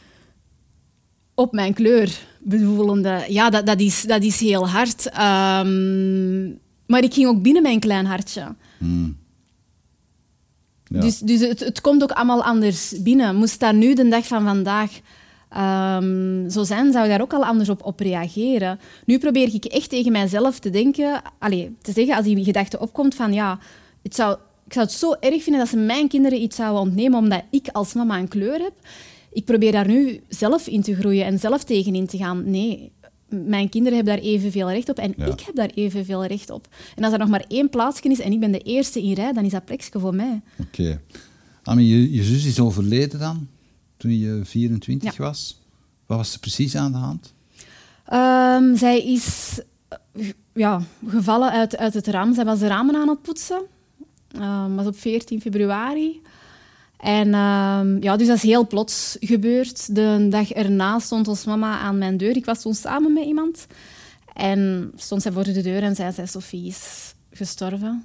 Op mijn kleur bedoelende. Ja, dat, dat, is, dat is heel hard. Um, maar ik ging ook binnen mijn klein hartje. Hmm. Ja. Dus, dus het, het komt ook allemaal anders binnen. Moest daar nu de dag van vandaag um, zo zijn, zou ik daar ook al anders op, op reageren. Nu probeer ik echt tegen mijzelf te denken, allez, te zeggen, als die gedachte opkomt van ja, het zou, ik zou het zo erg vinden dat ze mijn kinderen iets zouden ontnemen omdat ik als mama een kleur heb. Ik probeer daar nu zelf in te groeien en zelf tegenin te gaan. Nee, mijn kinderen hebben daar evenveel recht op en ja. ik heb daar evenveel recht op. En als er nog maar één plaatsje is en ik ben de eerste in rij, dan is dat plekje voor mij. Oké. Okay. Ami, je, je zus is overleden dan, toen je vierentwintig ja. was. Wat was er precies aan de hand? Um, zij is ja, gevallen uit, uit het raam. Zij was de ramen aan het poetsen. Dat um, was op veertien februari. En um, ja, dus dat is heel plots gebeurd. De dag erna stond ons mama aan mijn deur. Ik was toen samen met iemand. En stond zij voor de deur en zei zij, Sophie is gestorven.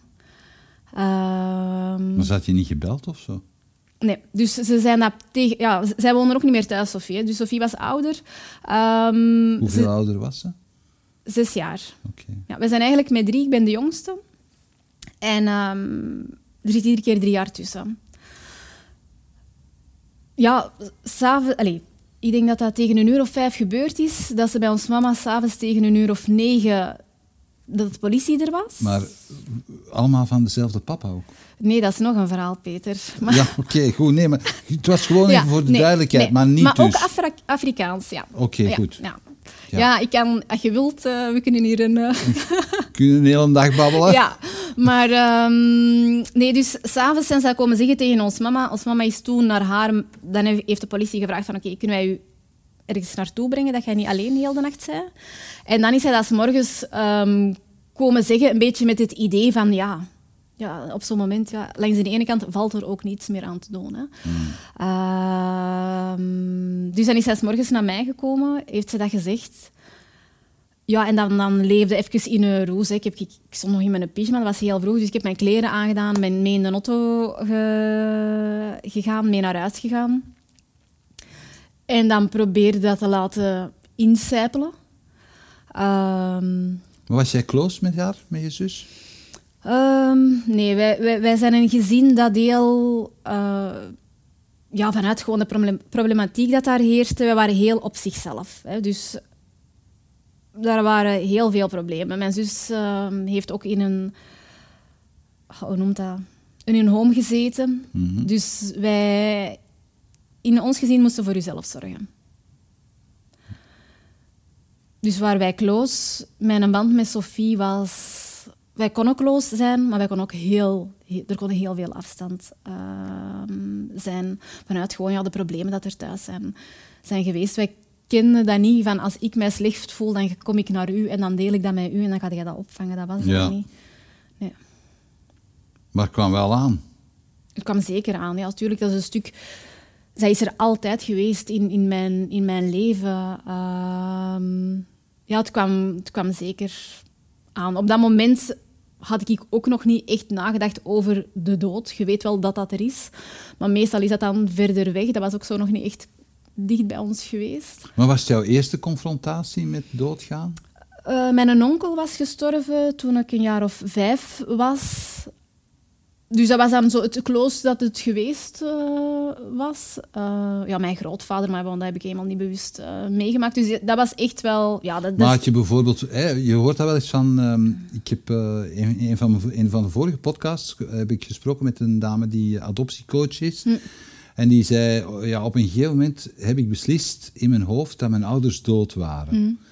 Um, maar ze had je niet gebeld of zo? Nee, dus ze zijn dat tegen... Ja, zij woonde ook niet meer thuis, Sophie. Dus Sophie was ouder. Um, Hoeveel ze, ouder was ze? Zes jaar. Okay. Ja, we zijn eigenlijk met drie. Ik ben de jongste. En um, er zit iedere keer drie jaar tussen. Ja, s'avonds... Allez, ik denk dat dat tegen een uur of vijf gebeurd is. Dat ze bij ons mama s'avonds tegen een uur of negen... dat de politie er was. Maar allemaal van dezelfde papa ook? Nee, dat is nog een verhaal, Peter. Maar... Ja, oké, okay, goed. Nee, maar het was gewoon ja, even voor de nee, duidelijkheid, nee, maar niet maar dus. ook Afri- Afrikaans, ja. Oké, okay, ja, goed. Ja. Ja. ja, ik kan... Als je wilt, uh, we kunnen hier een... Uh... We kunnen een hele dag babbelen. Ja, maar... Um, nee, dus s'avonds zijn ze komen zeggen tegen ons mama. Ons mama is toen naar haar... Dan heeft de politie gevraagd van... Oké, okay, kunnen wij u ergens naartoe brengen dat jij niet alleen de hele nacht bent? En dan is hij dat 's morgens... Um, komen zeggen, een beetje met het idee van, ja, ja op zo'n moment, ja, langs de ene kant valt er ook niets meer aan te doen. Hè. Mm. Uh, dus dan is hij 's morgens naar mij gekomen, heeft ze dat gezegd. Ja, en dan, dan leefde even in een roes. Hè. Ik, heb, ik, ik stond nog in mijn pyjama, dat was heel vroeg, dus ik heb mijn kleren aangedaan, ben mee in de auto ge, gegaan, mee naar huis gegaan. En dan probeerde dat te laten incijpelen. Uh, Maar was jij close met haar, met je zus? Um, nee, wij, wij, wij zijn een gezin dat heel... Uh, ja, vanuit gewoon de problematiek dat daar heerste, wij waren heel op zichzelf. Hè. Dus daar waren heel veel problemen. Mijn zus uh, heeft ook in een... Hoe noemt dat? In een home gezeten. Mm-hmm. Dus wij... In ons gezin moesten voor uzelf zorgen. Dus waar wij close, mijn band met Sophie was... Wij konden close zijn, maar wij konden ook heel, heel, er kon heel veel afstand uh, zijn. Vanuit gewoon ja, de problemen dat er thuis zijn, zijn geweest. Wij kenden dat niet van als ik mij slecht voel, dan kom ik naar u en dan deel ik dat met u en dan ga jij dat opvangen. Dat was ja. dat niet. Nee. Maar het kwam wel aan. Het kwam zeker aan, ja. Natuurlijk, dat is een stuk... Zij is er altijd geweest in, in, mijn, in mijn leven. Uh, ja, het kwam, het kwam zeker aan. Op dat moment had ik ook nog niet echt nagedacht over de dood. Je weet wel dat dat er is. Maar meestal is dat dan verder weg. Dat was ook zo nog niet echt dicht bij ons geweest. Maar was het jouw eerste confrontatie met doodgaan? Uh, mijn onkel was gestorven toen ik een jaar of vijf was. Dus dat was dan zo het close dat het geweest uh, was. Uh, ja, mijn grootvader, maar dat heb ik helemaal niet bewust uh, meegemaakt. Dus dat was echt wel... Ja, dat, maar had je bijvoorbeeld... Hè, je hoort dat wel eens van... Um, ik heb uh, in een van, een van de vorige podcasts heb ik gesproken met een dame die adoptiecoach is. Hm. En die zei, ja, op een gegeven moment heb ik beslist in mijn hoofd dat mijn ouders dood waren. Hm.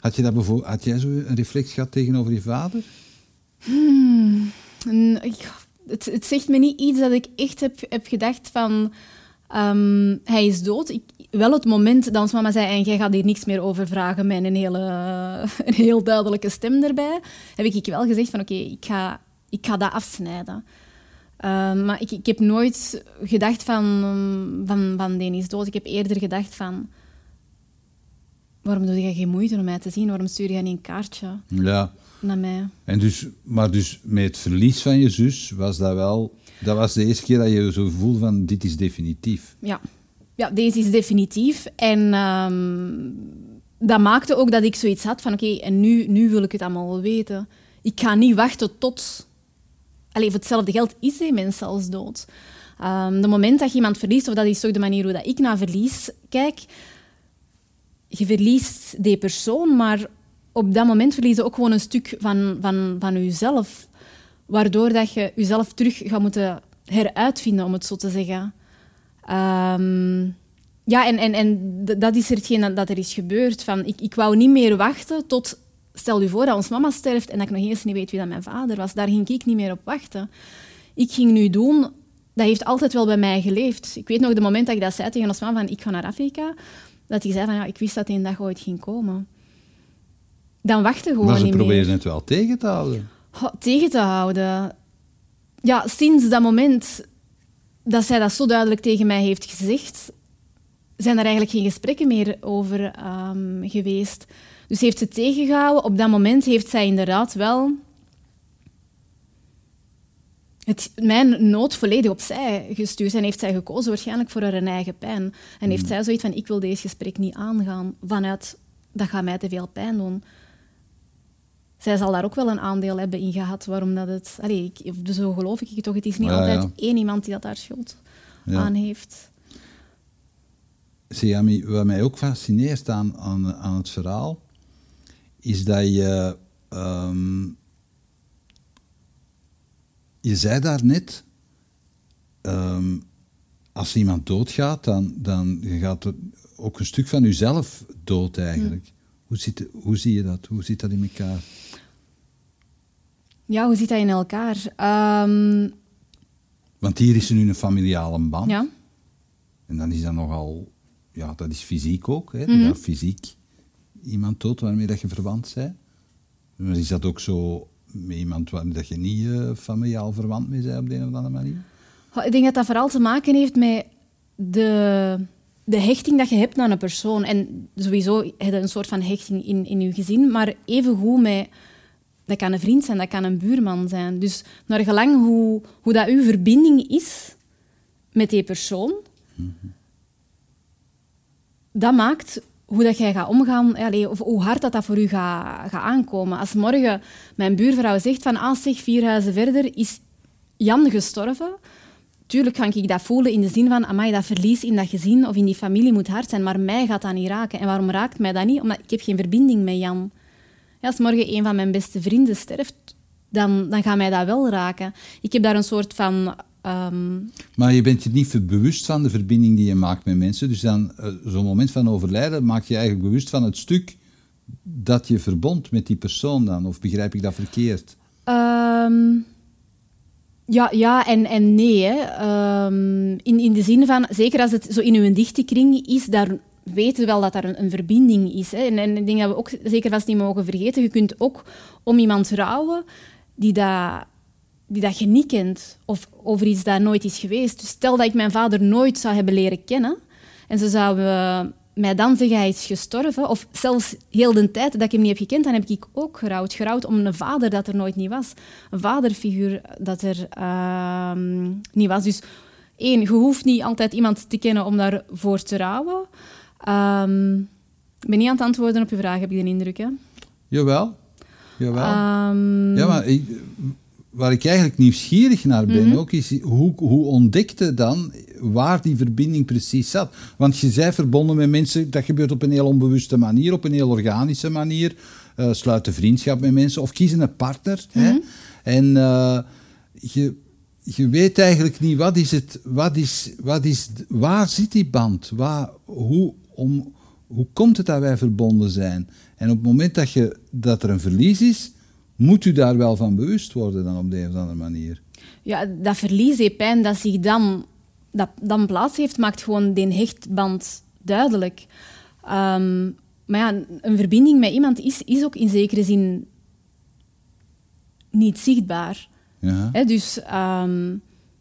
Had, je dat bijvoorbeeld, had jij zo een reflex gehad tegenover je vader? Hmm, ik, het, het zegt me niet iets dat ik echt heb, heb gedacht van... Um, hij is dood. Ik, wel het moment dat ons mama zei... en jij gaat hier niks meer over vragen met een, hele, een heel duidelijke stem erbij... heb ik wel gezegd van... oké, okay, ik, ga, ik ga dat afsnijden. Um, maar ik, ik heb nooit gedacht van... van, van die is dood. Ik heb eerder gedacht van... waarom doe je geen moeite om mij te zien? Waarom stuur je niet een kaartje ja. naar mij? En dus, maar dus met het verlies van je zus was dat wel... Dat was de eerste keer dat je zo voelde van, dit is definitief. Ja, ja deze is definitief. En um, dat maakte ook dat ik zoiets had van, oké, okay, en nu, nu wil ik het allemaal wel weten. Ik ga niet wachten tot... Allee, voor hetzelfde geld is die mens zelfs dood. Um, de moment dat je iemand verliest, of dat is toch de manier hoe dat ik naar verlies kijk... Je verliest die persoon, maar op dat moment verlies je ook gewoon een stuk van, van, van jezelf. Waardoor dat je jezelf terug gaat moeten heruitvinden, om het zo te zeggen. Um, ja, en, en, en dat is er hetgeen dat, dat er is gebeurd. Van, ik, ik wou niet meer wachten tot... Stel je voor dat ons mama sterft en dat ik nog eens niet weet wie dat mijn vader was. Daar ging ik niet meer op wachten. Ik ging nu doen... Dat heeft altijd wel bij mij geleefd. Ik weet nog de moment dat ik dat zei tegen ons mama, van ik ga naar Afrika... Dat hij zei van, ja, ik wist dat die een dag ooit ging komen. Dan wachten gewoon niet meer. Maar ze proberen het wel tegen te houden. Oh, tegen te houden? Ja, sinds dat moment dat zij dat zo duidelijk tegen mij heeft gezegd, zijn er eigenlijk geen gesprekken meer over um, geweest. Dus heeft ze tegengehouden. Op dat moment heeft zij inderdaad wel... Het, mijn nood volledig opzij gestuurd en heeft zij gekozen waarschijnlijk voor haar eigen pijn. En heeft mm. zij zoiets van, ik wil deze gesprek niet aangaan vanuit, dat gaat mij te veel pijn doen. Zij zal daar ook wel een aandeel hebben in gehad, waarom dat het... Allee, ik, zo geloof ik toch, het is niet ja, altijd ja. één iemand die dat daar schuld ja. aan heeft. Seyami, wat mij ook fascineert aan, aan, aan het verhaal, is dat je... Um, Je zei daar net, um, als iemand doodgaat, dan, dan gaat er ook een stuk van jezelf dood eigenlijk. Hmm. Hoe, zit, hoe zie je dat? Hoe zit dat in elkaar? Ja, hoe zit dat in elkaar? Um... Want hier is er nu een familiale band. Ja. En dan is dat nogal... Ja, dat is fysiek ook. Hè? Mm-hmm. Ja, fysiek iemand dood waarmee dat je verwant bent. Maar is dat ook zo... met iemand waar dat je niet uh, familiaal verwant mee bent op de een of andere manier? Ik denk dat dat vooral te maken heeft met de, de hechting dat je hebt naar een persoon. En sowieso heb je een soort van hechting in, in je gezin, maar evengoed met... Dat kan een vriend zijn, dat kan een buurman zijn. Dus naar gelang hoe, hoe dat uw verbinding is met die persoon, mm-hmm. dat maakt... hoe dat jij gaat omgaan, of hoe hard dat, dat voor u gaat, gaat aankomen. Als morgen mijn buurvrouw zegt van ah, zeg, vier huizen verder is Jan gestorven, tuurlijk ga ik dat voelen in de zin van amai, dat verlies in dat gezin of in die familie moet hard zijn, maar mij gaat dat niet raken. En waarom raakt mij dat niet? Omdat ik heb geen verbinding met Jan. Ja, als morgen een van mijn beste vrienden sterft, dan, dan gaat mij dat wel raken. Ik heb daar een soort van... Um... Maar je bent je niet bewust van de verbinding die je maakt met mensen. Dus dan, uh, zo'n moment van overlijden, maak je eigenlijk bewust van het stuk dat je verbond met die persoon dan. Of begrijp ik dat verkeerd? Um... Ja, ja en, en nee. Hè. Um, in, in de zin van, zeker als het zo in uw dichte kring is, daar weten we wel dat er een, een verbinding is. Hè. En, en ik denk dat we ook zeker vast niet mogen vergeten, je kunt ook om iemand rouwen die dat... die dat je niet kent, of over iets dat nooit is geweest. Dus stel dat ik mijn vader nooit zou hebben leren kennen, en ze zouden uh, mij dan zeggen hij is gestorven, of zelfs heel de tijd dat ik hem niet heb gekend, dan heb ik ook gerouwd. Gerouwd om een vader dat er nooit niet was. Een vaderfiguur dat er uh, niet was. Dus één, je hoeft niet altijd iemand te kennen om daarvoor te rouwen. Um, ik ben niet aan het antwoorden op je vraag, heb ik de indruk, hè? Jawel. Jawel. Um, ja, maar... Ik, waar ik eigenlijk nieuwsgierig naar ben, mm-hmm. ook, is hoe, hoe ontdekte dan waar die verbinding precies zat? Want je zei verbonden met mensen, dat gebeurt op een heel onbewuste manier, op een heel organische manier. Uh, sluit een vriendschap met mensen of kiezen een partner. Mm-hmm. Hè? En uh, je, je weet eigenlijk niet, wat is het, wat is, wat is, waar zit die band? Waar, hoe, om, hoe komt het dat wij verbonden zijn? En op het moment dat, je, dat er een verlies is, moet u daar wel van bewust worden dan op de een of andere manier. Ja, dat verlies, die pijn dat zich dan, dat, dan plaats heeft, maakt gewoon die hechtband duidelijk. Um, maar ja, een verbinding met iemand is, is ook in zekere zin niet zichtbaar. Ja. He, dus um,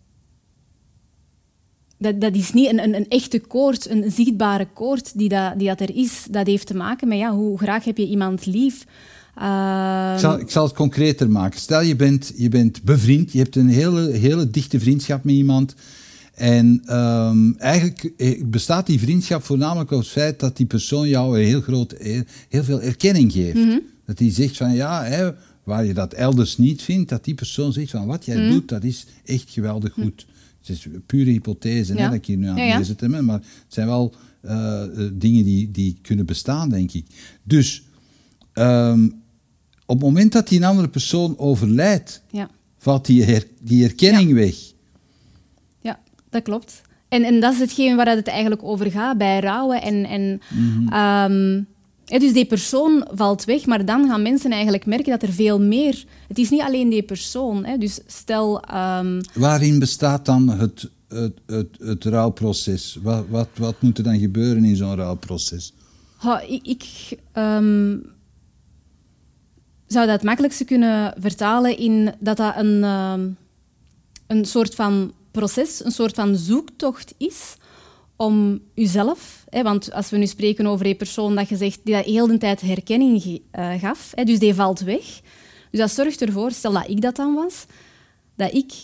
dat, dat is niet een, een, een echte koord, een zichtbare koord die, dat, die dat er is. Dat heeft te maken met ja, hoe graag heb je iemand lief. Uh, ik, zal, ik zal het concreter maken. Stel, je bent, je bent bevriend, je hebt een hele, hele dichte vriendschap met iemand. En um, eigenlijk bestaat die vriendschap voornamelijk uit het feit dat die persoon jou een heel, groot, heel, heel veel erkenning geeft. Mm-hmm. Dat die zegt van ja, hè, waar je dat elders niet vindt, dat die persoon zegt van wat jij mm. doet, dat is echt geweldig goed. Mm. Het is een pure hypothese, ja. hè, dat ik hier nu aan het ja, ja. zet, maar het zijn wel uh, dingen die, die kunnen bestaan, denk ik. Dus um, op het moment dat die andere persoon overlijdt, ja. valt die, her, die erkenning ja. weg. Ja, dat klopt. En, en dat is hetgeen waar het eigenlijk over gaat bij rouwen. En, en, mm-hmm. um, ja, dus die persoon valt weg, maar dan gaan mensen eigenlijk merken dat er veel meer... Het is niet alleen die persoon. Hè. Dus stel... Um, Waarin bestaat dan het, het, het, het rouwproces? Wat, wat, wat moet er dan gebeuren in zo'n rouwproces? Oh, ik... ik um, zou dat het makkelijkste kunnen vertalen in dat dat een, uh, een soort van proces, een soort van zoektocht is om jezelf, hè, want als we nu spreken over een persoon dat je zegt, die dat heel de tijd herkenning ge, uh, gaf, hè, dus die valt weg. Dus dat zorgt ervoor, stel dat ik dat dan was, dat ik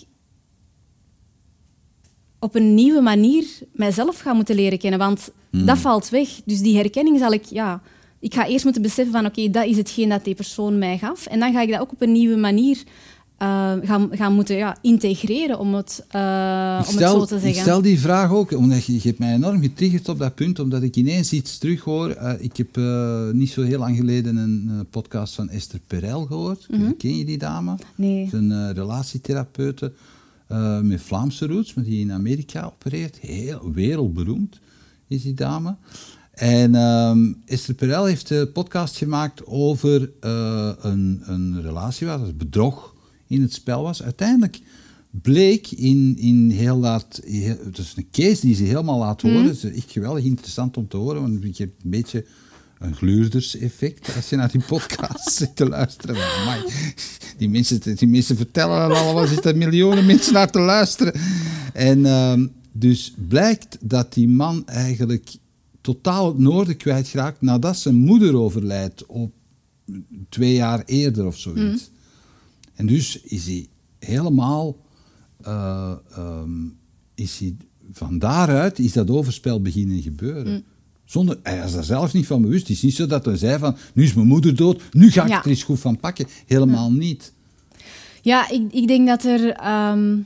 op een nieuwe manier mijzelf ga moeten leren kennen, want mm. dat valt weg. Dus die herkenning zal ik... ja. Ik ga eerst moeten beseffen van oké, okay, dat is hetgeen dat die persoon mij gaf. En dan ga ik dat ook op een nieuwe manier uh, gaan, gaan moeten ja, integreren, om, het, uh, om stel, het zo te zeggen. Ik stel die vraag ook, omdat je, je hebt mij enorm getriggerd op dat punt, omdat ik ineens iets terughoor. Uh, ik heb uh, niet zo heel lang geleden een uh, podcast van Esther Perel gehoord. Mm-hmm. Ken je die dame? Nee. Dat is een uh, relatietherapeute uh, met Vlaamse roots, maar die in Amerika opereert. Heel wereldberoemd is die dame. En um, Esther Perel heeft een podcast gemaakt over uh, een, een relatie waar het bedrog in het spel was. Uiteindelijk bleek in, in heel laat... Heel, het is een case die ze helemaal laat horen. Mm. Het is echt geweldig interessant om te horen, want je hebt een beetje een gluurders-effect als je naar die podcast zit te luisteren. Amai, die, mensen, die mensen vertellen het allemaal, er zitten miljoenen mensen naar te luisteren. En um, dus blijkt dat die man eigenlijk... totaal het noorden kwijtgeraakt nadat zijn moeder overlijdt op twee jaar eerder of zoiets. Mm. En dus is hij helemaal... Uh, um, is hij, van daaruit is dat overspel beginnen gebeuren. Mm. Zonder, hij was daar zelf niet van bewust. Het is niet zo dat hij zei van, nu is mijn moeder dood, nu ga ik ja. het er eens goed van pakken. Helemaal mm. niet. Ja, ik, ik denk dat er um,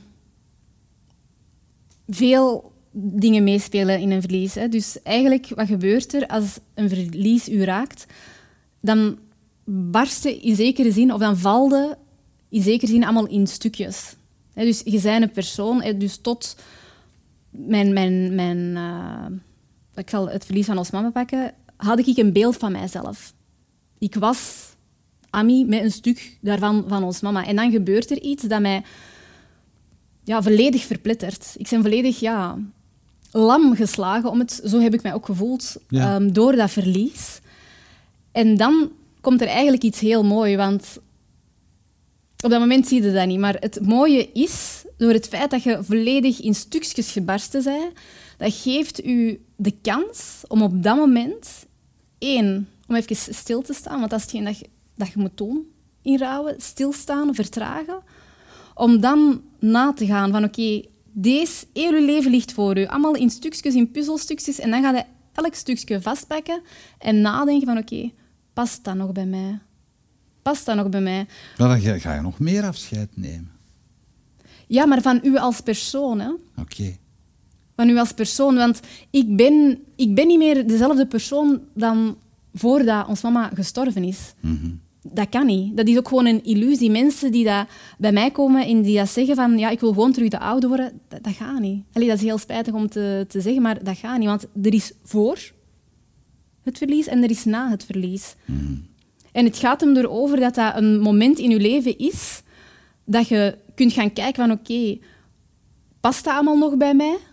veel... dingen meespelen in een verlies. Hè. Dus eigenlijk, wat gebeurt er als een verlies u raakt? Dan barsten in zekere zin, of dan valde in zekere zin allemaal in stukjes. Hè, dus je bent een persoon, hè, dus tot mijn... mijn, mijn uh, ik zal het verlies van ons mama pakken, had ik een beeld van mijzelf. Ik was Ami met een stuk daarvan van ons mama. En dan gebeurt er iets dat mij ja, volledig verplettert. Ik ben volledig... ja, lam geslagen, om het, zo heb ik mij ook gevoeld, ja. um, door dat verlies. En dan komt er eigenlijk iets heel moois, want op dat moment zie je dat niet. Maar het mooie is, door het feit dat je volledig in stukjes gebarsten bent, dat geeft u de kans om op dat moment, één, om even stil te staan, want dat is hetgeen dat je, dat je moet doen in rouwen, stilstaan, vertragen, om dan na te gaan van oké, okay, deze heel je leven ligt voor u. Allemaal in stukjes, in puzzelstukjes. En dan ga je elk stukje vastpakken en nadenken van oké, okay, past dat nog bij mij? Past dat nog bij mij? Maar dan ga, ga je nog meer afscheid nemen. Ja, maar van u als persoon. Oké. Okay. Van u als persoon. Want ik ben, ik ben niet meer dezelfde persoon dan voordat ons mama gestorven is. Mm-hmm. Dat kan niet. Dat is ook gewoon een illusie. Mensen die dat bij mij komen en die dat zeggen van ja, ik wil gewoon terug te oud worden, dat, dat gaat niet. Allee, dat is heel spijtig om te, te zeggen, maar dat gaat niet. Want er is voor het verlies en er is na het verlies. Mm. En het gaat hem erover dat dat een moment in je leven is dat je kunt gaan kijken van oké, okay, past dat allemaal nog bij mij?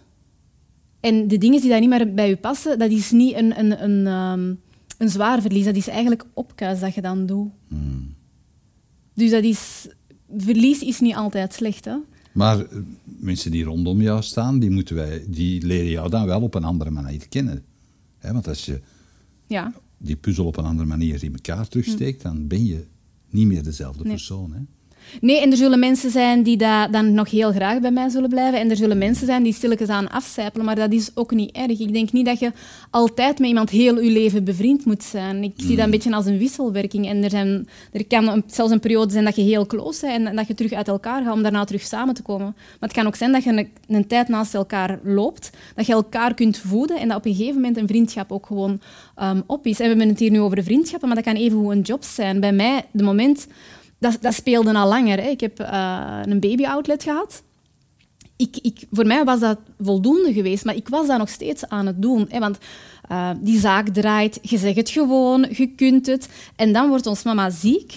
En de dingen die daar niet meer bij je passen, dat is niet een, een, een, um, een zwaar verlies. Dat is eigenlijk opkuis dat je dan doet. Mm. Dus dat is... Verlies is niet altijd slecht, hè? Maar mensen die rondom jou staan, die, moeten wij, die leren jou dan wel op een andere manier kennen. He, want als je ja. die puzzel op een andere manier in elkaar terugsteekt, mm. dan ben je niet meer dezelfde nee. persoon. Hè? Nee, en er zullen mensen zijn die dat dan nog heel graag bij mij zullen blijven. En er zullen mensen zijn die stilletjes aan afcijpelen. Maar dat is ook niet erg. Ik denk niet dat je altijd met iemand heel je leven bevriend moet zijn. Ik mm. zie dat een beetje als een wisselwerking. En er, zijn, er kan een, zelfs een periode zijn dat je heel close bent en dat je terug uit elkaar gaat om daarna terug samen te komen. Maar het kan ook zijn dat je een, een tijd naast elkaar loopt, dat je elkaar kunt voeden en dat op een gegeven moment een vriendschap ook gewoon um, op is. En we hebben het hier nu over vriendschappen, maar dat kan evengoed een job zijn. Bij mij, de moment... Dat, dat speelde al langer. Hè. Ik heb uh, een baby-outlet gehad. Ik, ik, voor mij was dat voldoende geweest, maar ik was dat nog steeds aan het doen. Hè, want uh, die zaak draait, je zegt het gewoon, je kunt het. En dan wordt ons mama ziek.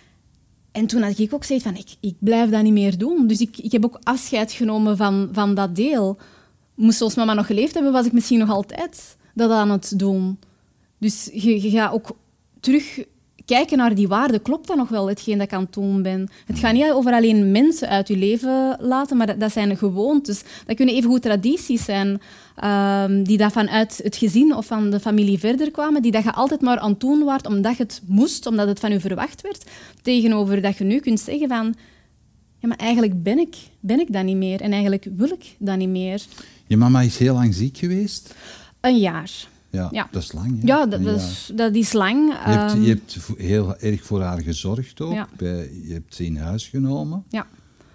En toen had ik ook gezegd van, ik, ik blijf dat niet meer doen. Dus ik, ik heb ook afscheid genomen van, van dat deel. Moest ons mama nog geleefd hebben, was ik misschien nog altijd dat aan het doen. Dus je, je gaat ook terug... kijken naar die waarde, klopt dat nog wel, hetgeen dat ik aan het doen ben? Het gaat niet over alleen mensen uit je leven laten, maar dat, dat zijn gewoontes. Dat kunnen evengoed tradities zijn um, die dat vanuit het gezin of van de familie verder kwamen, die dat je altijd maar aan het doen waart omdat je het moest, omdat het van je verwacht werd, tegenover dat je nu kunt zeggen van ja, maar eigenlijk ben ik, ben ik dat niet meer en eigenlijk wil ik dat niet meer. Je mama is heel lang ziek geweest? Een jaar. Ja, ja, dat is lang. Hè? Ja, dat, dat, is, dat is lang. Je hebt, je hebt heel erg voor haar gezorgd ook. Ja. Bij, je hebt ze in huis genomen. Ja.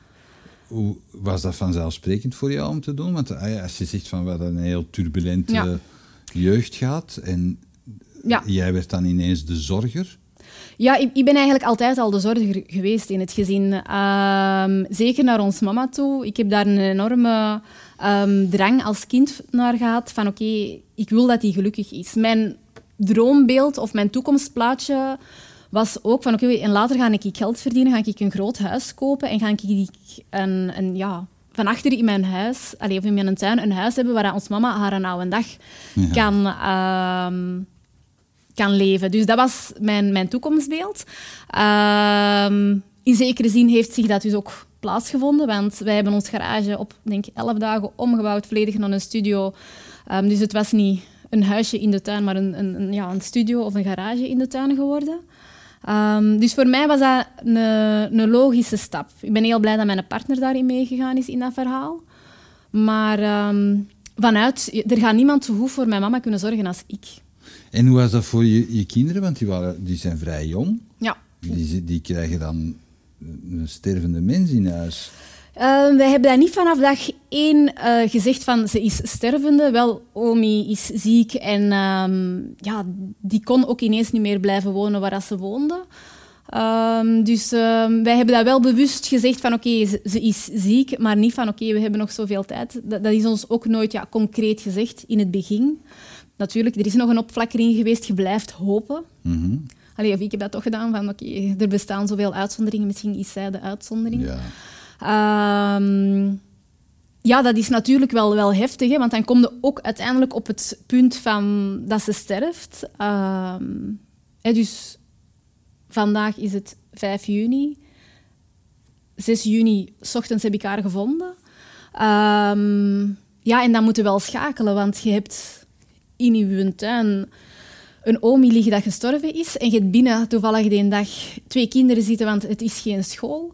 Hoe was dat vanzelfsprekend voor jou om te doen? Want als je zegt van we hadden een heel turbulente ja. jeugd gehad en ja. jij werd dan ineens de zorger. Ja, ik, ik ben eigenlijk altijd al de zorger geweest in het gezin. Um, zeker naar ons mama toe. Ik heb daar een enorme um, drang als kind naar gehad van oké, okay, ik wil dat hij gelukkig is. Mijn droombeeld of mijn toekomstplaatje was ook van oké, okay, en later ga ik geld verdienen, ga ik een groot huis kopen en ga ik een, een, ja, van achter in mijn huis, allez, of in mijn tuin, een huis hebben waar ons mama haar een oude dag ja. kan... Um, kan leven. Dus dat was mijn, mijn toekomstbeeld. Um, in zekere zin heeft zich dat dus ook plaatsgevonden, want wij hebben ons garage op denk ik, elf dagen omgebouwd, volledig naar een studio. Um, dus het was niet een huisje in de tuin, maar een, een, een, ja, een studio of een garage in de tuin geworden. Um, dus voor mij was dat een, een logische stap. Ik ben heel blij dat mijn partner daarin meegegaan is in dat verhaal. Maar um, vanuit, er gaat niemand zo goed voor mijn mama kunnen zorgen als ik. En hoe was dat voor je, je kinderen? Want die, waren, die zijn vrij jong. Ja. Die, die krijgen dan een stervende mens in huis. Uh, wij hebben dat niet vanaf dag één uh, gezegd van ze is stervende. Wel, Omi is ziek en um, ja, die kon ook ineens niet meer blijven wonen waar ze woonde. Um, dus uh, wij hebben dat wel bewust gezegd van oké, okay, ze, ze is ziek, maar niet van oké, okay, we hebben nog zoveel tijd. Dat, dat is ons ook nooit ja, concreet gezegd in het begin. Natuurlijk, er is nog een opflakkering geweest, je blijft hopen. Mm-hmm. Allee, of ik heb dat toch gedaan, van oké, okay, er bestaan zoveel uitzonderingen, misschien is zij de uitzondering. Ja, um, ja dat is natuurlijk wel, wel heftig, hè, want dan kom je ook uiteindelijk op het punt van dat ze sterft. Um, hè, dus vandaag is het vijf juni. zes juni, 's ochtends heb ik haar gevonden. Um, ja, en dan moeten we wel schakelen, want je hebt... in uw tuin een omi liggen dat gestorven is en je hebt binnen toevallig die dag twee kinderen zitten, want het is geen school.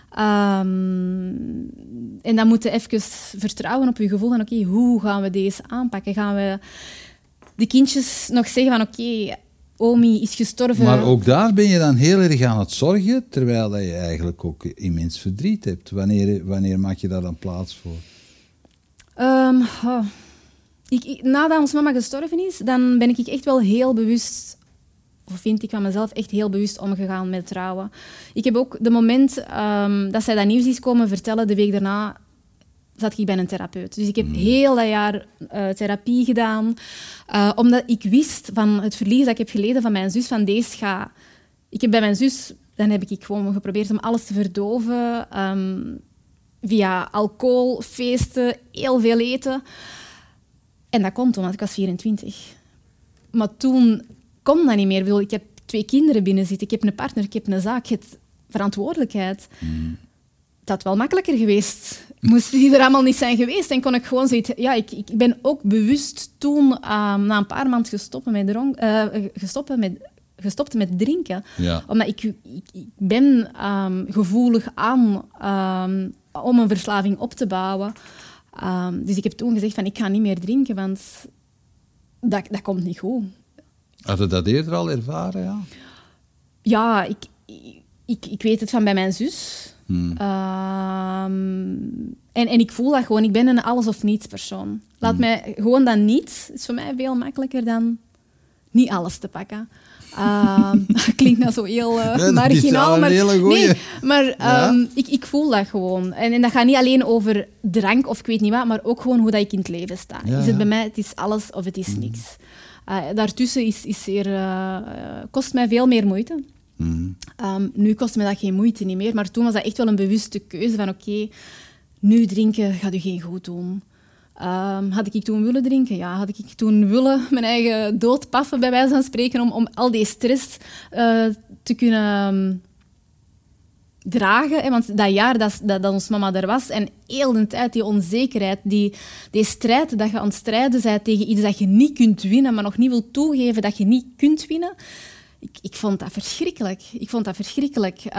Um, en dan moet je even vertrouwen op je gevoel van oké, okay, hoe gaan we deze aanpakken? Gaan we de kindjes nog zeggen van oké, okay, omi is gestorven. Maar ook daar ben je dan heel erg aan het zorgen, terwijl je eigenlijk ook immens verdriet hebt. Wanneer, wanneer maak je daar dan plaats voor? Um, oh. Ik, ik, nadat ons mama gestorven is, dan ben ik echt wel heel bewust, of vind ik van mezelf, echt heel bewust omgegaan met trouwen. Ik heb ook de moment um, dat zij dat nieuws is komen vertellen, de week daarna, zat ik bij een therapeut. Dus ik heb mm. heel dat jaar uh, therapie gedaan, uh, omdat ik wist van het verlies dat ik heb geleden van mijn zus, van deze ga... Ik heb bij mijn zus, dan heb ik gewoon geprobeerd om alles te verdoven, um, via alcohol, feesten, heel veel eten. En dat kon toen, want ik was vierentwintig. Maar toen kon dat niet meer. Ik bedoel, ik heb twee kinderen binnen zitten, ik heb een partner, ik heb een zaak, ik heb verantwoordelijkheid. Mm. Dat had wel makkelijker geweest. Moesten die er allemaal niet zijn geweest, dan kon ik gewoon zoiets... Ja, ik, ik ben ook bewust toen, um, na een paar maanden gestopt met, dronk, uh, gestopt met, gestopt met drinken. Ja. Omdat ik, ik, ik ben um, gevoelig aan um, om een verslaving op te bouwen. Um, dus ik heb toen gezegd van, ik ga niet meer drinken, want dat, dat komt niet goed. Had je dat eerder al ervaren? Ja, ja ik, ik, ik weet het van bij mijn zus... Hmm. Um, en, en ik voel dat gewoon. Ik ben een alles-of-niets persoon. Laat hmm. mij gewoon dan niet. is voor mij veel makkelijker dan niet alles te pakken. Um, dat klinkt nou zo heel uh, nee, marginaal. Maar, nee, maar um, ja? ik, ik voel dat gewoon. En, en dat gaat niet alleen over drank of ik weet niet wat, maar ook gewoon hoe dat ik in het leven sta. Ja, is het bij mij, het is alles of het is hmm. niks. Uh, daartussen is, is zeer, uh, kost mij veel meer moeite. Mm. Um, nu kost me dat geen moeite niet meer, maar toen was dat echt wel een bewuste keuze van oké, okay, nu drinken gaat u geen goed doen. Um, had ik toen willen drinken? Ja. Had ik toen willen mijn eigen dood paffen, bij wijze van spreken, om, om al die stress uh, te kunnen um, dragen? Hè? Want dat jaar dat, dat, dat ons mama er was, en heel de tijd die onzekerheid, die, die strijd dat je aan het strijden bent tegen iets dat je niet kunt winnen, maar nog niet wil toegeven dat je niet kunt winnen... Ik, ik vond dat verschrikkelijk. Ik vond dat verschrikkelijk. Uh,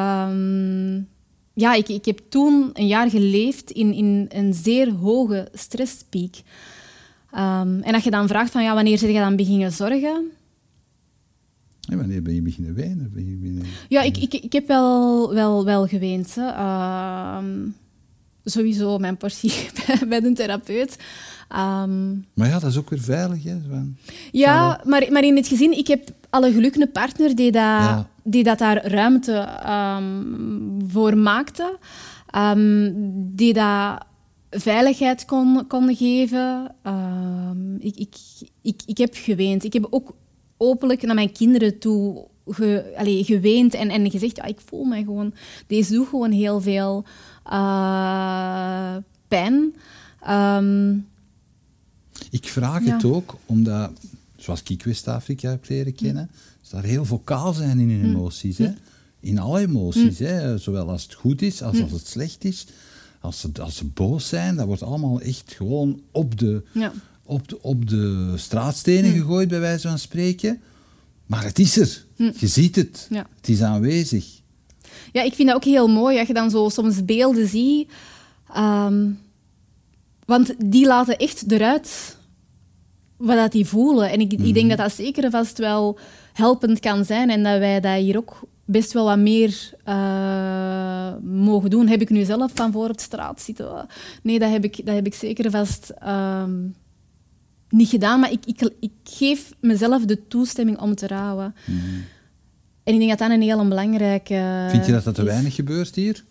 ja, ik, ik heb toen een jaar geleefd in, in een zeer hoge stresspiek. Um, en als je dan vraagt van ja, wanneer ben je dan beginnen zorgen? Ja, wanneer ben je beginnen wenen? Ben je beginnen... Ja, ik, ik, ik heb wel, wel, wel geweend. Hè. Uh, sowieso mijn portie bij, bij de therapeut. Um, maar ja, dat is ook weer veilig. Hè? Van... Ja, maar, maar in het gezin, ik heb alle geluk een partner die dat, ja. die dat daar ruimte um, voor maakte. Um, die dat veiligheid kon, kon geven. Um, ik, ik, ik, ik heb geweend. Ik heb ook openlijk naar mijn kinderen toe ge, allez, geweend en, en gezegd, ja, ik voel me gewoon... Deze doet gewoon heel veel uh, pijn. Um, ik vraag ja. het ook, omdat, zoals ik West-Afrika heb leren kennen, ze daar heel vocaal zijn in hun emoties. Mm. Hè? In alle emoties. Mm. Hè? Zowel als het goed is, als, mm. als het slecht is. Als ze, als ze boos zijn, dat wordt allemaal echt gewoon op de, ja. op de, op de straatstenen mm. gegooid, bij wijze van spreken. Maar het is er. Mm. Je ziet het. Ja. Het is aanwezig. Ja, ik vind dat ook heel mooi, als je dan zo soms beelden ziet. Um, want die laten echt eruit wat dat die voelen. En ik, mm-hmm. ik denk dat dat zeker vast wel helpend kan zijn en dat wij dat hier ook best wel wat meer uh, mogen doen. Heb ik nu zelf van voor op de straat zitten? Nee, dat heb ik, dat heb ik zeker vast um, niet gedaan. Maar ik, ik, ik geef mezelf de toestemming om te rouwen. Mm-hmm. En ik denk dat dat een heel belangrijke... Vind je dat dat te weinig gebeurt hier?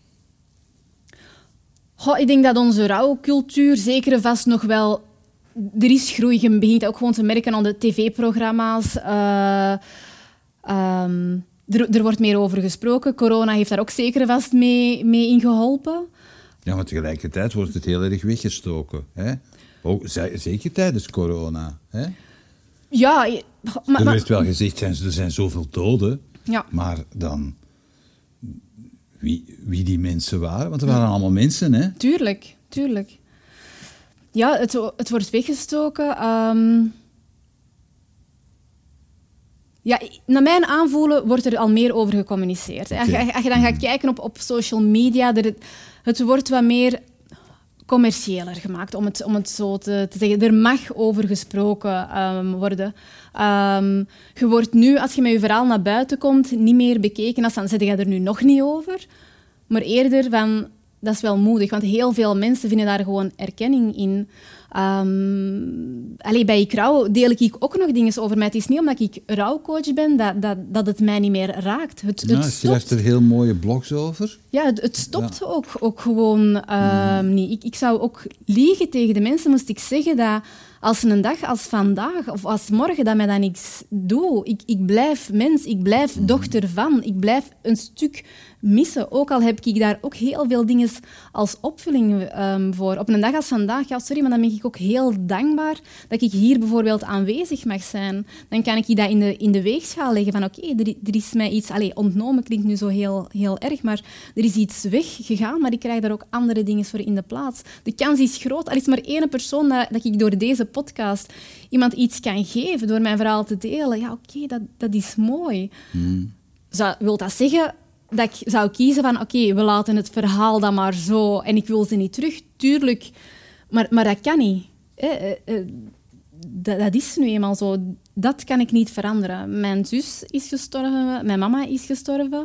Goh, ik denk dat onze rouwcultuur zeker vast nog wel... Er is groei. Je begint ook gewoon te merken aan de tv-programma's. Uh, um, er, er wordt meer over gesproken. Corona heeft daar ook zeker vast mee, mee in geholpen. Ja, maar tegelijkertijd wordt het heel erg weggestoken. Hè? Ook, zeker tijdens corona. Hè? Ja, maar... Er werd wel gezegd, er zijn zoveel doden. Ja. Maar dan... Wie, wie die mensen waren. Want er waren allemaal mensen, hè? Tuurlijk, tuurlijk. Ja, het, het wordt weggestoken. Um... Ja, naar mijn aanvoelen wordt er al meer over gecommuniceerd. Okay. Als, je, als je dan gaat kijken op, op social media, er, het wordt wat meer commerciëler gemaakt, om het, om het zo te, te zeggen. Er mag over gesproken um, worden. Um, je wordt nu, als je met je verhaal naar buiten komt, niet meer bekeken als dan zit je er nu nog niet over. Maar eerder van, dat is wel moedig, want heel veel mensen vinden daar gewoon erkenning in. Um, allee, bij ik rouw deel ik ook nog dingen over mij. Het is niet omdat ik rouwcoach ben dat, dat, dat het mij niet meer raakt. Het, ja, het je schrijft er heel mooie blogs over. Ja, het, het stopt ja. ook, ook gewoon uh, mm. niet. Ik, ik zou ook liegen tegen de mensen, moest ik zeggen dat als een dag als vandaag of als morgen dat mij dat niks doet, ik, ik blijf mens, ik blijf mm. dochter van, ik blijf een stuk missen. Ook al heb ik daar ook heel veel dingen als opvulling um, voor. Op een dag als vandaag, ja, sorry, maar dan ben ik ook heel dankbaar dat ik hier bijvoorbeeld aanwezig mag zijn. Dan kan ik dat in de, in de weegschaal leggen van oké, okay, er, er is mij iets... Allez, ontnomen klinkt nu zo heel, heel erg, maar er is iets weggegaan, maar ik krijg daar ook andere dingen voor in de plaats. De kans is groot. Er is maar één persoon dat, dat ik door deze podcast iemand iets kan geven, door mijn verhaal te delen. Ja, oké, okay, dat, dat is mooi. Hmm. Zou, wil dat zeggen dat ik zou kiezen van oké, okay, we laten het verhaal dan maar zo en ik wil ze niet terug? Tuurlijk, maar, maar dat kan niet. Eh, eh, dat, dat is nu eenmaal zo. Dat kan ik niet veranderen. Mijn zus is gestorven, mijn mama is gestorven.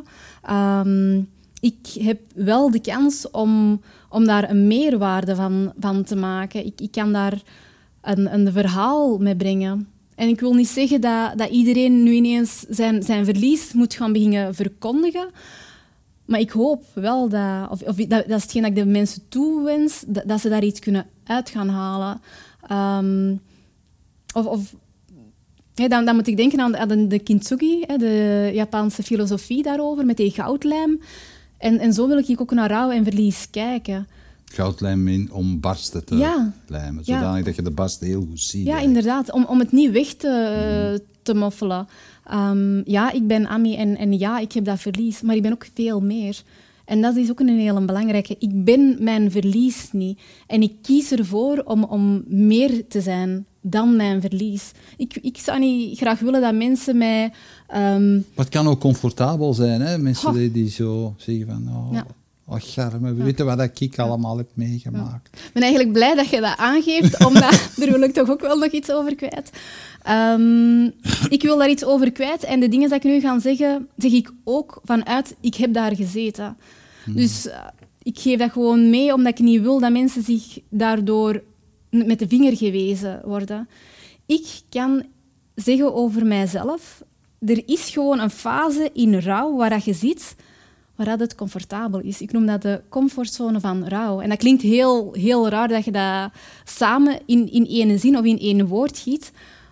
Um, ik heb wel de kans om, om daar een meerwaarde van, van te maken. Ik, ik kan daar een, een verhaal mee brengen. En ik wil niet zeggen dat, dat iedereen nu ineens zijn, zijn verlies moet gaan beginnen verkondigen. Maar ik hoop wel dat... Of, of, dat, dat is hetgeen dat ik de mensen toewens, dat, dat ze daar iets kunnen uit gaan halen. Um, of... of ja, dan, dan moet ik denken aan, aan de kintsugi, de Japanse filosofie daarover, met die goudlijm. En, en zo wil ik ook naar rouw en verlies kijken. Goudlijm in om barsten te ja. lijmen, zodanig ja. dat je de barst heel goed ziet. Ja, eigenlijk. Inderdaad, om, om het niet weg te, mm. te moffelen. Um, ja, ik ben Ami en, en ja, ik heb dat verlies, maar ik ben ook veel meer. En dat is ook een hele belangrijke. Ik ben mijn verlies niet. En ik kies ervoor om, om meer te zijn dan mijn verlies. Ik, ik zou niet graag willen dat mensen mij... Um... Maar het kan ook comfortabel zijn, hè? Mensen oh. die, die zo zeggen van... Oh, ja. oh charme, we ja. weten wat ik allemaal heb meegemaakt. Ja. Ik ben eigenlijk blij dat je dat aangeeft, omdat daar wil ik toch ook wel nog iets over kwijt. Um, ik wil daar iets over kwijt en de dingen die ik nu ga zeggen, zeg ik ook vanuit, ik heb daar gezeten. Hmm. Dus uh, ik geef dat gewoon mee, omdat ik niet wil dat mensen zich daardoor met de vinger gewezen worden. Ik kan zeggen over mijzelf, er is gewoon een fase in rouw waar je zit, waar het comfortabel is. Ik noem dat de comfortzone van rouw. En dat klinkt heel, heel raar dat je dat samen in, in één zin of in één woord giet.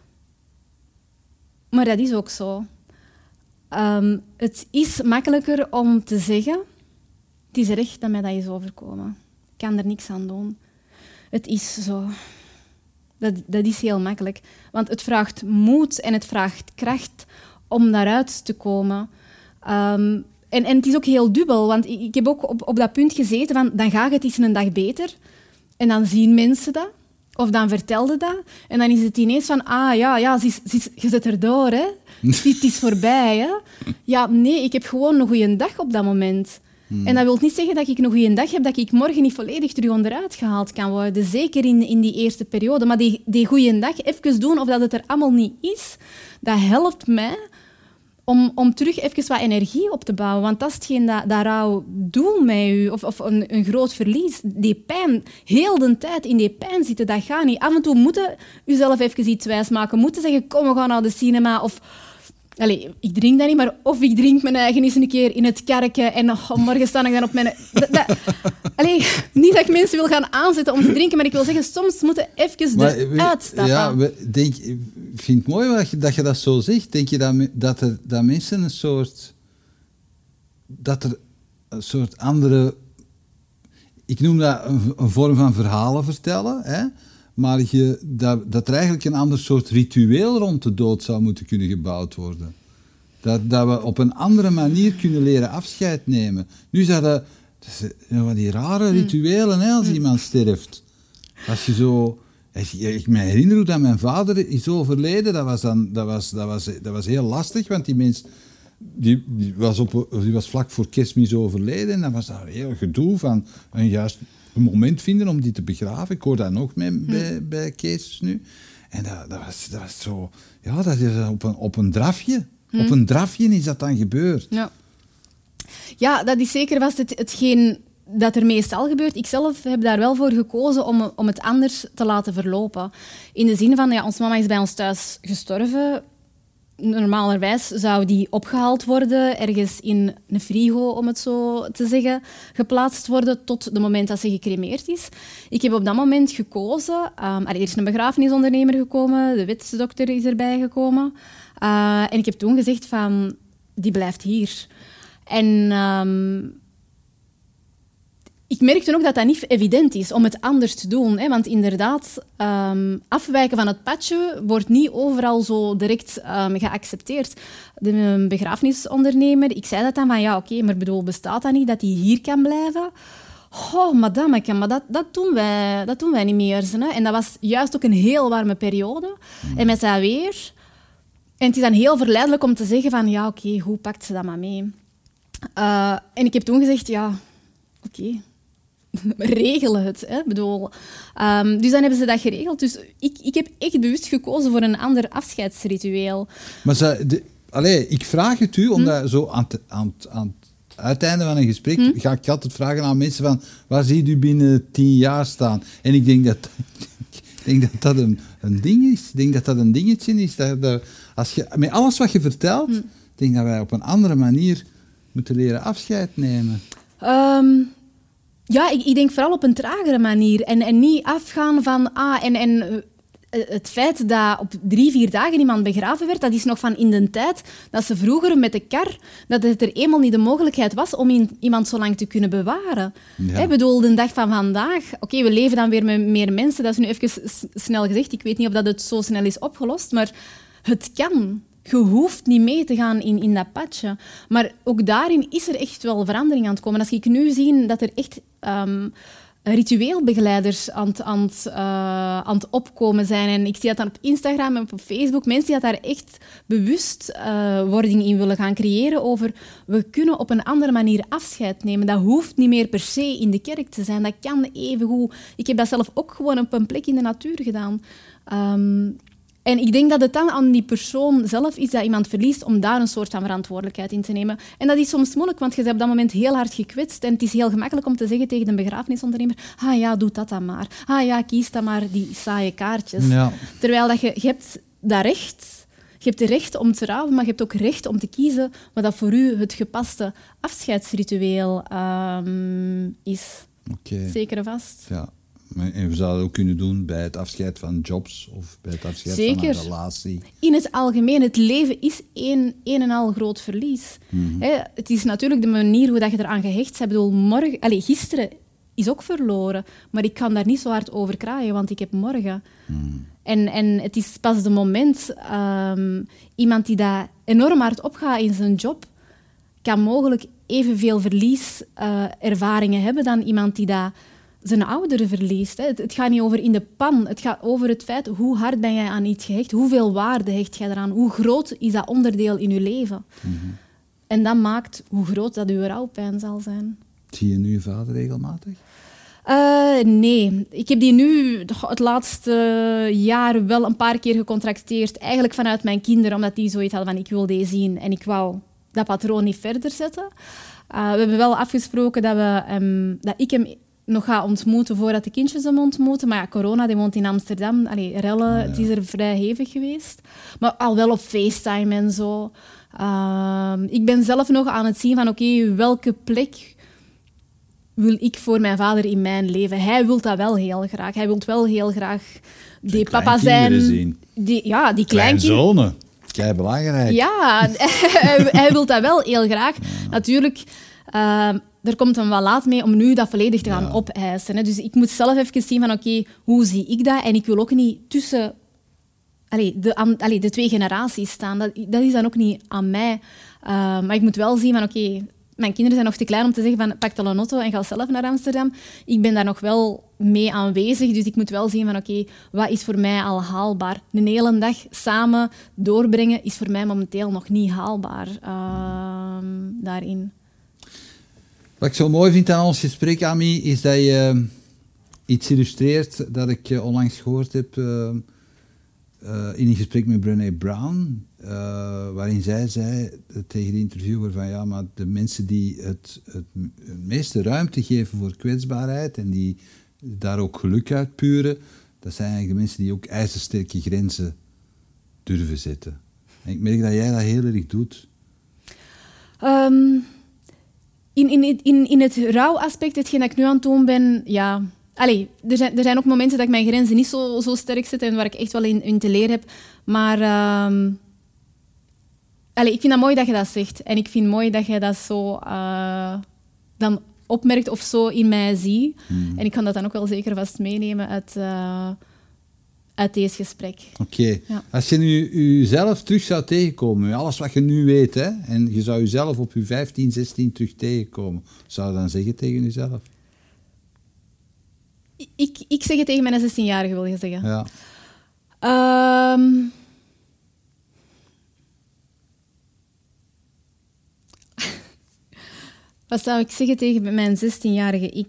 Maar dat is ook zo. Um, het is makkelijker om te zeggen, het is recht dat mij dat is overkomen. Ik kan er niks aan doen. Het is zo. Dat, dat is heel makkelijk. Want het vraagt moed en het vraagt kracht om daaruit te komen. Um, en, en het is ook heel dubbel, want ik, ik heb ook op, op dat punt gezeten van dan gaat het eens een dag beter en dan zien mensen dat. Of dan vertelde dat. En dan is het ineens van, ah ja, ja ze is, ze is, je zit erdoor, hè. Het, het is voorbij, hè. Ja, nee, ik heb gewoon een goede dag op dat moment. Hmm. En dat wil niet zeggen dat ik een goede dag heb, dat ik morgen niet volledig terug onderuit gehaald kan worden. Zeker in, in die eerste periode. Maar die, die goede dag even doen, of dat het er allemaal niet is, dat helpt mij om, om terug even wat energie op te bouwen. Want dat is hetgeen dat, dat rouw doet met u. Of, of een, een groot verlies. Die pijn, heel de tijd in die pijn zitten, dat gaat niet. Af en toe moeten uzelf even iets wijsmaken. Moeten zeggen, kom, we gaan naar de cinema. Of... Allee, ik drink dat niet, maar of ik drink mijn eigen eens een keer in het kerken en oh, morgen sta ik dan op mijn... Dat, dat... Allee, niet dat ik mensen wil gaan aanzetten om te drinken, maar ik wil zeggen, soms moeten even eruit stappen. Ja, denk, ik vind het mooi dat je, dat je dat zo zegt. Denk je dat, dat, er, dat mensen een soort... Dat er een soort andere... Ik noem dat een, een vorm van verhalen vertellen, hè? Maar je, dat, dat er eigenlijk een ander soort ritueel rond de dood zou moeten kunnen gebouwd worden. Dat, dat we op een andere manier kunnen leren afscheid nemen. Nu zijn dat, dat zijn die rare rituelen, hè, als mm. iemand sterft. Als je zo... Ik me herinner hoe dat mijn vader is overleden. Dat was, dan, dat was, dat was, dat was heel lastig, want die mens... Die, die, was op, die was vlak voor Kerstmis overleden. En dan was dat een heel gedoe van... En juist, een moment vinden om die te begraven. Ik hoor dat nog mee hm. bij, bij Kees nu. En dat, dat, was, dat was zo... Ja, dat is op een, op een drafje. Hm. Op een drafje is dat dan gebeurd. Ja, ja dat is zeker vast het, hetgeen dat er meestal gebeurt. Ik zelf heb daar wel voor gekozen om, om het anders te laten verlopen. In de zin van, ja, ons mama is bij ons thuis gestorven. Normalerwijs zou die opgehaald worden, ergens in een frigo, om het zo te zeggen, geplaatst worden tot het moment dat ze gecremeerd is. Ik heb op dat moment gekozen. Um, er is een begrafenisondernemer gekomen, de wetsdokter is erbij gekomen. Uh, en ik heb toen gezegd van, die blijft hier. En um, ik merkte ook dat dat niet evident is om het anders te doen. Hè? Want inderdaad, um, afwijken van het padje wordt niet overal zo direct um, geaccepteerd. De begrafenisondernemer, ik zei dat dan van, ja, oké, okay, maar bedoel, bestaat dat niet dat hij hier kan blijven? Oh, madame, maar dat, dat, doen wij, dat doen wij niet meer. Hè? En dat was juist ook een heel warme periode. Mm. En met dat weer... En het is dan heel verleidelijk om te zeggen van, ja, oké, okay, hoe pakt ze dat maar mee? Uh, en ik heb toen gezegd, ja, oké... Okay. regelen het. Hè? Bedoel, um, dus dan hebben ze dat geregeld. Dus ik, ik heb echt bewust gekozen voor een ander afscheidsritueel. Maar ze, de, allez, ik vraag het u, omdat hm? zo aan, te, aan, aan het uiteinde van een gesprek hm? ga ik altijd vragen aan mensen van, waar ziet u binnen tien jaar staan? En ik denk dat ik denk dat, dat een, een ding is. Ik denk dat dat een dingetje is. Dat, dat, als je, met alles wat je vertelt, hm? ik denk dat wij op een andere manier moeten leren afscheid nemen. Um... Ja, ik, ik denk vooral op een tragere manier. En, en niet afgaan van... Ah, en, en het feit dat op drie, vier dagen iemand begraven werd, dat is nog van in de tijd dat ze vroeger met de kar... dat het er eenmaal niet de mogelijkheid was om in, iemand zo lang te kunnen bewaren. Ja. Ik bedoel, de dag van vandaag... Oké, okay, we leven dan weer met meer mensen. Dat is nu even s- snel gezegd. Ik weet niet of dat het zo snel is opgelost, maar het kan... Je hoeft niet mee te gaan in, in dat padje. Maar ook daarin is er echt wel verandering aan het komen. Als ik nu zie dat er echt um, ritueelbegeleiders aan het, aan, het, uh, aan het opkomen zijn. En ik zie dat dan op Instagram en op Facebook. Mensen die dat daar echt bewustwording uh, in willen gaan creëren over we kunnen op een andere manier afscheid nemen. Dat hoeft niet meer per se in de kerk te zijn. Dat kan evengoed. Ik heb dat zelf ook gewoon op een plek in de natuur gedaan. Um, En ik denk dat het dan aan die persoon zelf is dat iemand verliest om daar een soort van verantwoordelijkheid in te nemen. En dat is soms moeilijk, want je bent op dat moment heel hard gekwetst. En het is heel gemakkelijk om te zeggen tegen een begrafenisondernemer ah ja, doe dat dan maar. Ah ja, kies dan maar die saaie kaartjes. Ja. Terwijl dat je, je hebt dat recht... Je hebt het recht om te rouwen, maar je hebt ook recht om te kiezen wat dat voor u het gepaste afscheidsritueel um, is. Okay. Zeker en vast. Ja. En we zouden het ook kunnen doen bij het afscheid van jobs of bij het afscheid Zeker. van een relatie. In het algemeen, het leven is één, één en al groot verlies. Mm-hmm. He, het is natuurlijk de manier hoe dat je eraan gehecht bent. Ik bedoel, morgen, allez, gisteren is ook verloren, maar ik kan daar niet zo hard over kraaien, want ik heb morgen. Mm. En, en het is pas de moment, um, iemand die daar enorm hard opgaat in zijn job, kan mogelijk evenveel verlieservaringen uh, hebben dan iemand die dat zijn ouderen verliest. Hè. Het, het gaat niet over in de pan. Het gaat over het feit hoe hard ben jij aan iets gehecht. Hoeveel waarde hecht jij eraan? Hoe groot is dat onderdeel in je leven? Mm-hmm. En dat maakt hoe groot dat uw rouwpijn zal zijn. Zie je nu je vader regelmatig? Uh, nee. Ik heb die nu het laatste jaar wel een paar keer gecontracteerd. Eigenlijk vanuit mijn kinderen, omdat die zoiets hadden van ik wil die zien en ik wou dat patroon niet verder zetten. Uh, we hebben wel afgesproken dat, we, um, dat ik hem nog ga ontmoeten voordat de kindjes hem ontmoeten. Maar ja, corona, die woont in Amsterdam. Allee, rellen, oh, ja. Het is er vrij hevig geweest. Maar al wel op FaceTime en zo. Uh, ik ben zelf nog aan het zien van oké, okay, welke plek wil ik voor mijn vader in mijn leven? Hij wil dat wel heel graag. Hij wil wel heel graag die papa zijn. Zien. Die, ja, die kleinkinderen. Kleinzonen. Kei belangrijk. Ja, hij, hij wil dat wel heel graag. Ja. Natuurlijk... Uh, er komt hem wel laat mee om nu dat volledig te gaan ja. opeisen. Hè. Dus ik moet zelf even zien van oké, okay, hoe zie ik dat? En ik wil ook niet tussen allee, de, an, allee, de twee generaties staan. Dat, dat is dan ook niet aan mij. Uh, maar ik moet wel zien van oké, okay, mijn kinderen zijn nog te klein om te zeggen van pak de auto en ga zelf naar Amsterdam. Ik ben daar nog wel mee aanwezig, dus ik moet wel zien van oké, okay, wat is voor mij al haalbaar? Een hele dag samen doorbrengen is voor mij momenteel nog niet haalbaar uh, daarin. Wat ik zo mooi vind aan ons gesprek, Ami, is dat je uh, iets illustreert dat ik uh, onlangs gehoord heb uh, uh, in een gesprek met Brené Brown. uh, waarin zij zei tegen de interviewer van ja, maar de mensen die het, het, het meeste ruimte geven voor kwetsbaarheid en die daar ook geluk uit puren, dat zijn eigenlijk de mensen die ook ijzersterke grenzen durven zetten. En ik merk dat jij dat heel erg doet. Um, in, in, in, in het rouwaspect, hetgeen dat ik nu aan het doen ben, ja... Allee, er zijn, er zijn ook momenten dat ik mijn grenzen niet zo, zo sterk zet en waar ik echt wel in, in te leren heb. Maar um, allee, ik vind dat mooi dat je dat zegt. En ik vind het mooi dat je dat zo uh, dan opmerkt of zo in mij ziet. Mm. En ik kan dat dan ook wel zeker vast meenemen uit, uh, uit deze gesprek. Oké. Okay. Ja. Als je nu jezelf terug zou tegenkomen, alles wat je nu weet, hè, en je zou jezelf op je vijftien, zestien terug tegenkomen, zou je dan zeggen tegen jezelf? Ik, ik zeg het tegen mijn zestienjarige, wil je zeggen. Ja. Um, wat zou ik zeggen tegen mijn zestienjarige ik?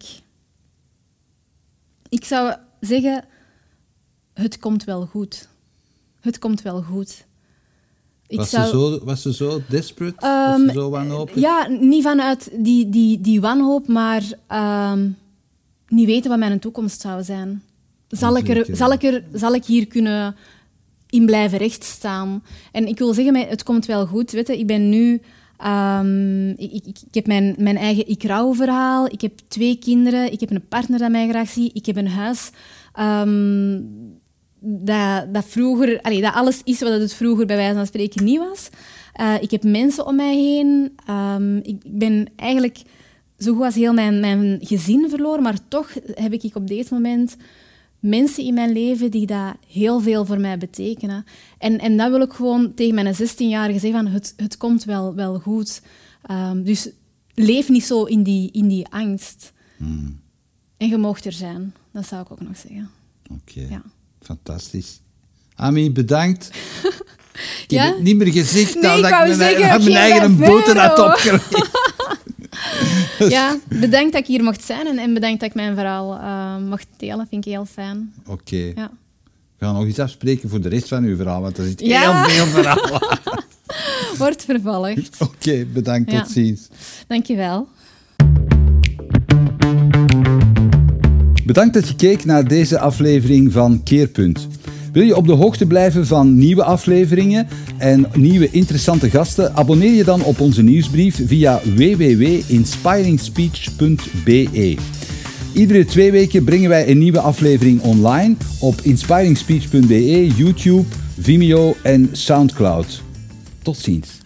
Ik zou zeggen, het komt wel goed. Het komt wel goed. Ik was, zou... ze zo, was ze zo desperate? Um, was ze zo wanhopig? Ja, niet vanuit die, die, die wanhoop, maar... Um, niet weten wat mijn toekomst zou zijn. Zal ik, er, zal, ik er, zal ik hier kunnen in blijven rechtstaan? En ik wil zeggen, het komt wel goed. Weet je, ik ben nu... Um, ik, ik, ik heb mijn, mijn eigen ik-rouw-verhaal. Ik heb twee kinderen. Ik heb een partner dat mij graag ziet. Ik heb een huis. Um, dat, dat, vroeger, allee, dat alles is wat het vroeger bij wijze van spreken niet was. Uh, ik heb mensen om mij heen. Um, ik, ik ben eigenlijk... zo goed als heel mijn, mijn gezin verloren, maar toch heb ik op dit moment mensen in mijn leven die dat heel veel voor mij betekenen. En, en dat wil ik gewoon tegen mijn zestienjarige zeggen, van het, het komt wel, wel goed. Um, dus leef niet zo in die, in die angst. Hmm. En je mag er zijn, dat zou ik ook nog zeggen. Oké, okay. Ja. Fantastisch. Ami, bedankt. Ik ja? heb het niet meer gezegd nee, dat ik, ik mijn, zeggen, mijn eigen boter had opgelegd. Ja, bedankt dat ik hier mocht zijn en, en bedankt dat ik mijn verhaal uh, mocht delen. Vind ik heel fijn. Oké. Okay. Ja. We gaan nog iets afspreken voor de rest van uw verhaal, want er zit ja. heel veel verhaal aan. Wordt vervolgd. Oké, okay, bedankt. Ja. Tot ziens. Dank je wel. Bedankt dat je keek naar deze aflevering van Keerpunt. Wil je op de hoogte blijven van nieuwe afleveringen en nieuwe interessante gasten? Abonneer je dan op onze nieuwsbrief via w w w punt inspiring speech punt b e. Iedere twee weken brengen wij een nieuwe aflevering online op inspiring speech punt b e, YouTube, Vimeo en Soundcloud. Tot ziens.